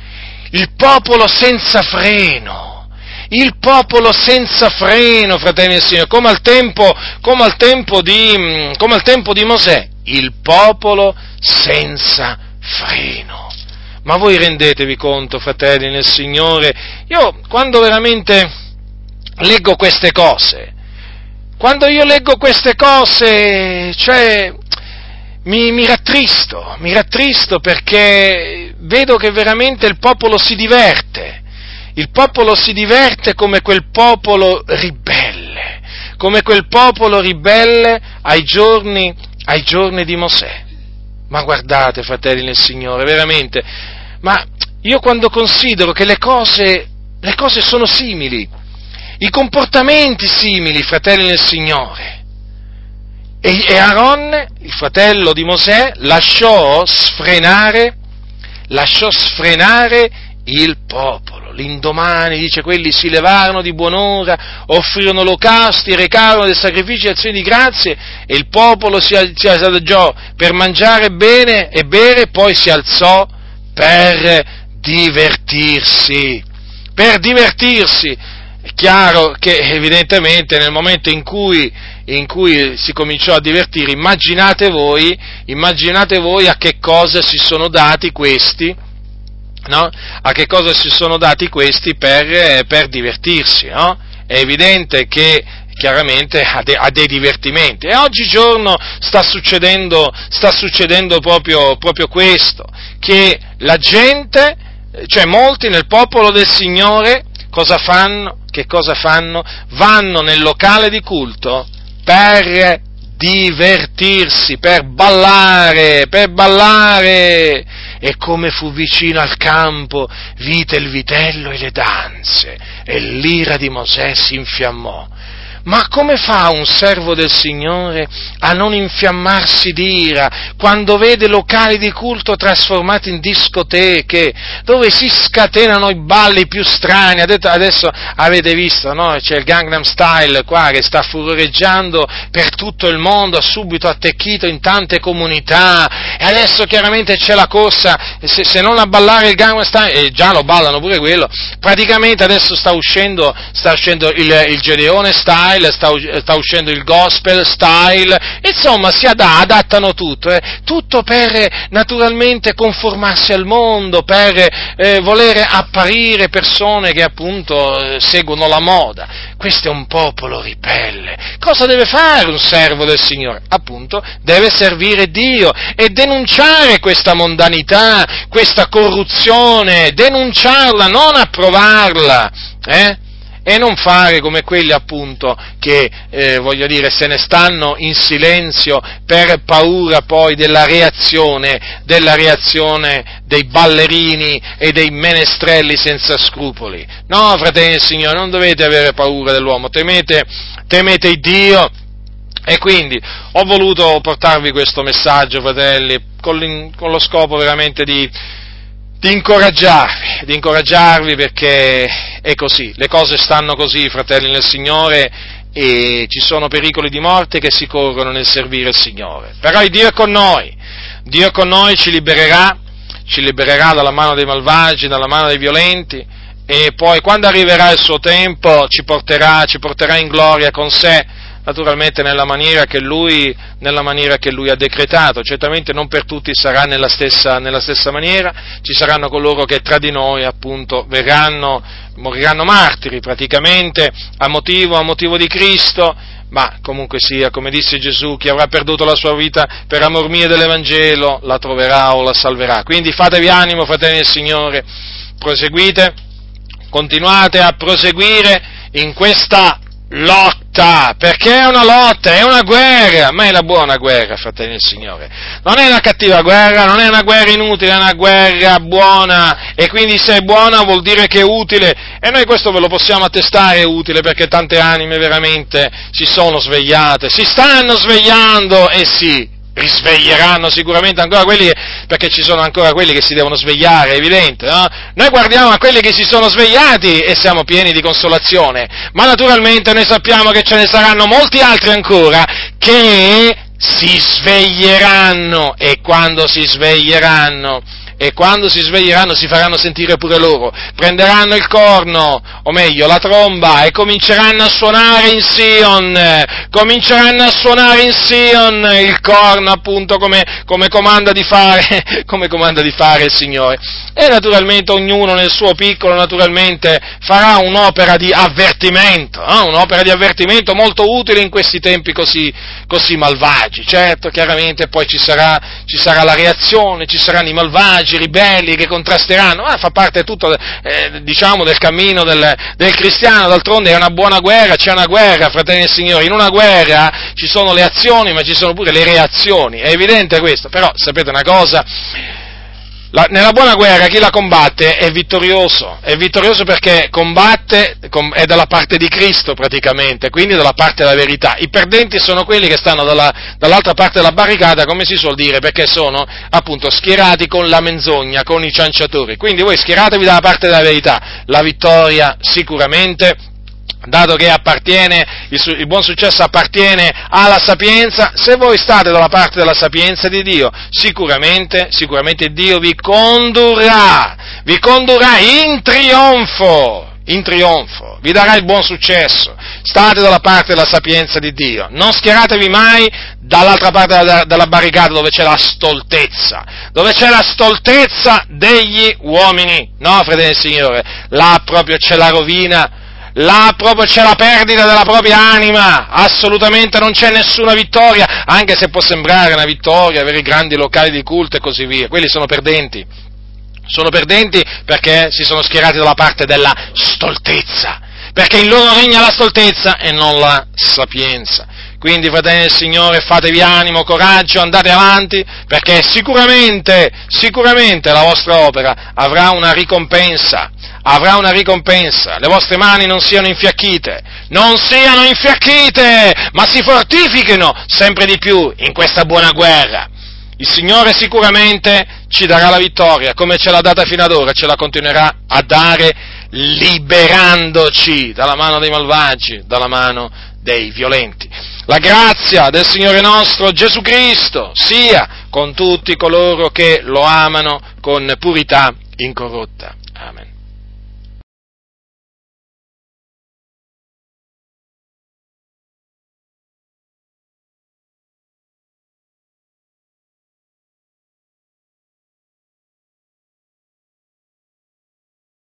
Il popolo senza freno. Il popolo senza freno, fratelli del Signore, come al tempo, come al tempo di, come al tempo di Mosè, il popolo senza freno. Ma voi rendetevi conto, fratelli nel Signore, io quando veramente leggo queste cose, quando io leggo queste cose, cioè, mi, mi rattristo, mi rattristo perché vedo che veramente il popolo si diverte. Il popolo si diverte come quel popolo ribelle, come quel popolo ribelle ai giorni, ai giorni di Mosè. Ma guardate, fratelli nel Signore, veramente, ma io quando considero che le cose, le cose sono simili, i comportamenti simili, fratelli nel Signore, e, e Aaron, il fratello di Mosè, lasciò sfrenare, lasciò sfrenare il popolo. L'indomani, dice, quelli si levarono di buon'ora, offrirono olocausti, recarono dei sacrifici e azioni di grazie, e il popolo si, si adagiò per mangiare bene e bere, poi si alzò per divertirsi, per divertirsi. È chiaro che evidentemente nel momento in cui, in cui si cominciò a divertire, immaginate voi, immaginate voi a che cosa si sono dati questi, no? A che cosa si sono dati questi per, per divertirsi, no? È evidente che chiaramente a, de, a dei divertimenti, e oggigiorno sta succedendo, sta succedendo proprio, proprio questo, che la gente, cioè molti nel popolo del Signore, cosa fanno? Che cosa fanno? Vanno nel locale di culto per divertirsi, per ballare, per ballare, e come fu vicino al campo vide il vitello e le danze, e l'ira di Mosè si infiammò. Ma come fa un servo del Signore a non infiammarsi d'ira quando vede locali di culto trasformati in discoteche, dove si scatenano i balli più strani? Adesso avete visto, no? C'è il Gangnam Style qua che sta furoreggiando per tutto il mondo, ha subito attecchito in tante comunità, e adesso chiaramente c'è la corsa, se, se non a ballare il Gangnam Style, e già lo ballano pure quello, praticamente adesso sta uscendo, sta uscendo il, il Gedeone Style, sta, sta uscendo il Gospel Style, insomma si ada, adattano tutto, eh, tutto per naturalmente conformarsi al mondo, per eh, volere apparire persone che appunto eh, seguono la moda. Questo è un popolo ribelle. Cosa deve fare un servo del Signore? Appunto, deve servire Dio e denunciare questa mondanità, questa corruzione, denunciarla, non approvarla, eh? E non fare come quelli appunto che, eh, voglio dire, se ne stanno in silenzio per paura poi della reazione, della reazione dei ballerini e dei menestrelli senza scrupoli. No, fratelli del Signore, non dovete avere paura dell'uomo, temete, temete il Dio. E quindi ho voluto portarvi questo messaggio, fratelli, con, con lo scopo veramente di di incoraggiarvi, di incoraggiarvi perché è così, le cose stanno così, fratelli nel Signore, e ci sono pericoli di morte che si corrono nel servire il Signore. Però il Dio è con noi, Dio è con noi, ci libererà, ci libererà dalla mano dei malvagi, dalla mano dei violenti, e poi quando arriverà il suo tempo ci porterà, ci porterà in gloria con sé, naturalmente nella maniera che lui, nella maniera che lui ha decretato. Certamente non per tutti sarà nella stessa, nella stessa maniera, ci saranno coloro che tra di noi appunto verranno, moriranno martiri praticamente a motivo, a motivo di Cristo, ma comunque sia, come disse Gesù, chi avrà perduto la sua vita per amor mio dell'Evangelo la troverà o la salverà. Quindi fatevi animo, fratelli del Signore, proseguite, continuate a proseguire in questa lotta, perché è una lotta, è una guerra, ma è la buona guerra, fratelli del Signore, non è una cattiva guerra, non è una guerra inutile, è una guerra buona, e quindi se è buona vuol dire che è utile, e noi questo ve lo possiamo attestare, è utile, perché tante anime veramente si sono svegliate, si stanno svegliando, e sì, risveglieranno sicuramente ancora quelli, che, perché ci sono ancora quelli che si devono svegliare, è evidente, no? Noi guardiamo a quelli che si sono svegliati e siamo pieni di consolazione, ma naturalmente noi sappiamo che ce ne saranno molti altri ancora che si sveglieranno, e quando si sveglieranno, e quando si sveglieranno si faranno sentire pure loro, prenderanno il corno, o meglio la tromba, e cominceranno a suonare in Sion, cominceranno a suonare in Sion il corno, appunto, come, come comanda di fare, come comanda di fare il Signore. E naturalmente ognuno nel suo piccolo, naturalmente, farà un'opera di avvertimento, eh? un'opera di avvertimento molto utile in questi tempi così, così malvagi. Certo, chiaramente poi ci sarà, ci sarà la reazione, ci saranno i malvagi, ribelli che contrasteranno, ma fa parte tutto, eh, diciamo, del cammino del, del cristiano. D'altronde è una buona guerra, c'è una guerra, fratelli del Signore, in una guerra ci sono le azioni, ma ci sono pure le reazioni, è evidente questo. Però sapete una cosa? La, nella buona guerra chi la combatte è vittorioso, è vittorioso perché combatte, com, è dalla parte di Cristo praticamente, quindi dalla parte della verità. I perdenti sono quelli che stanno dalla, dall'altra parte della barricata, come si suol dire, perché sono appunto schierati con la menzogna, con i cianciatori. Quindi voi schieratevi dalla parte della verità, la vittoria sicuramente, dato che appartiene, il, il buon successo appartiene alla sapienza, se voi state dalla parte della sapienza di Dio, sicuramente, sicuramente Dio vi condurrà, vi condurrà in trionfo, in trionfo, vi darà il buon successo. State dalla parte della sapienza di Dio, non schieratevi mai dall'altra parte della, della barricata dove c'è la stoltezza, dove c'è la stoltezza degli uomini, no, fratelli del Signore, là proprio c'è la rovina, là proprio c'è la perdita della propria anima, assolutamente non c'è nessuna vittoria, anche se può sembrare una vittoria, avere grandi locali di culto e così via, quelli sono perdenti, sono perdenti perché si sono schierati dalla parte della stoltezza, perché in loro regna la stoltezza e non la sapienza. Quindi, fratelli del Signore, fatevi animo, coraggio, andate avanti, perché sicuramente, sicuramente la vostra opera avrà una ricompensa, avrà una ricompensa. Le vostre mani non siano infiacchite, non siano infiacchite, ma si fortifichino sempre di più in questa buona guerra. Il Signore sicuramente ci darà la vittoria, come ce l'ha data fino ad ora, ce la continuerà a dare, liberandoci dalla mano dei malvagi, dalla mano dei violenti. La grazia del Signore nostro Gesù Cristo sia con tutti coloro che lo amano con purità incorrotta. Amen.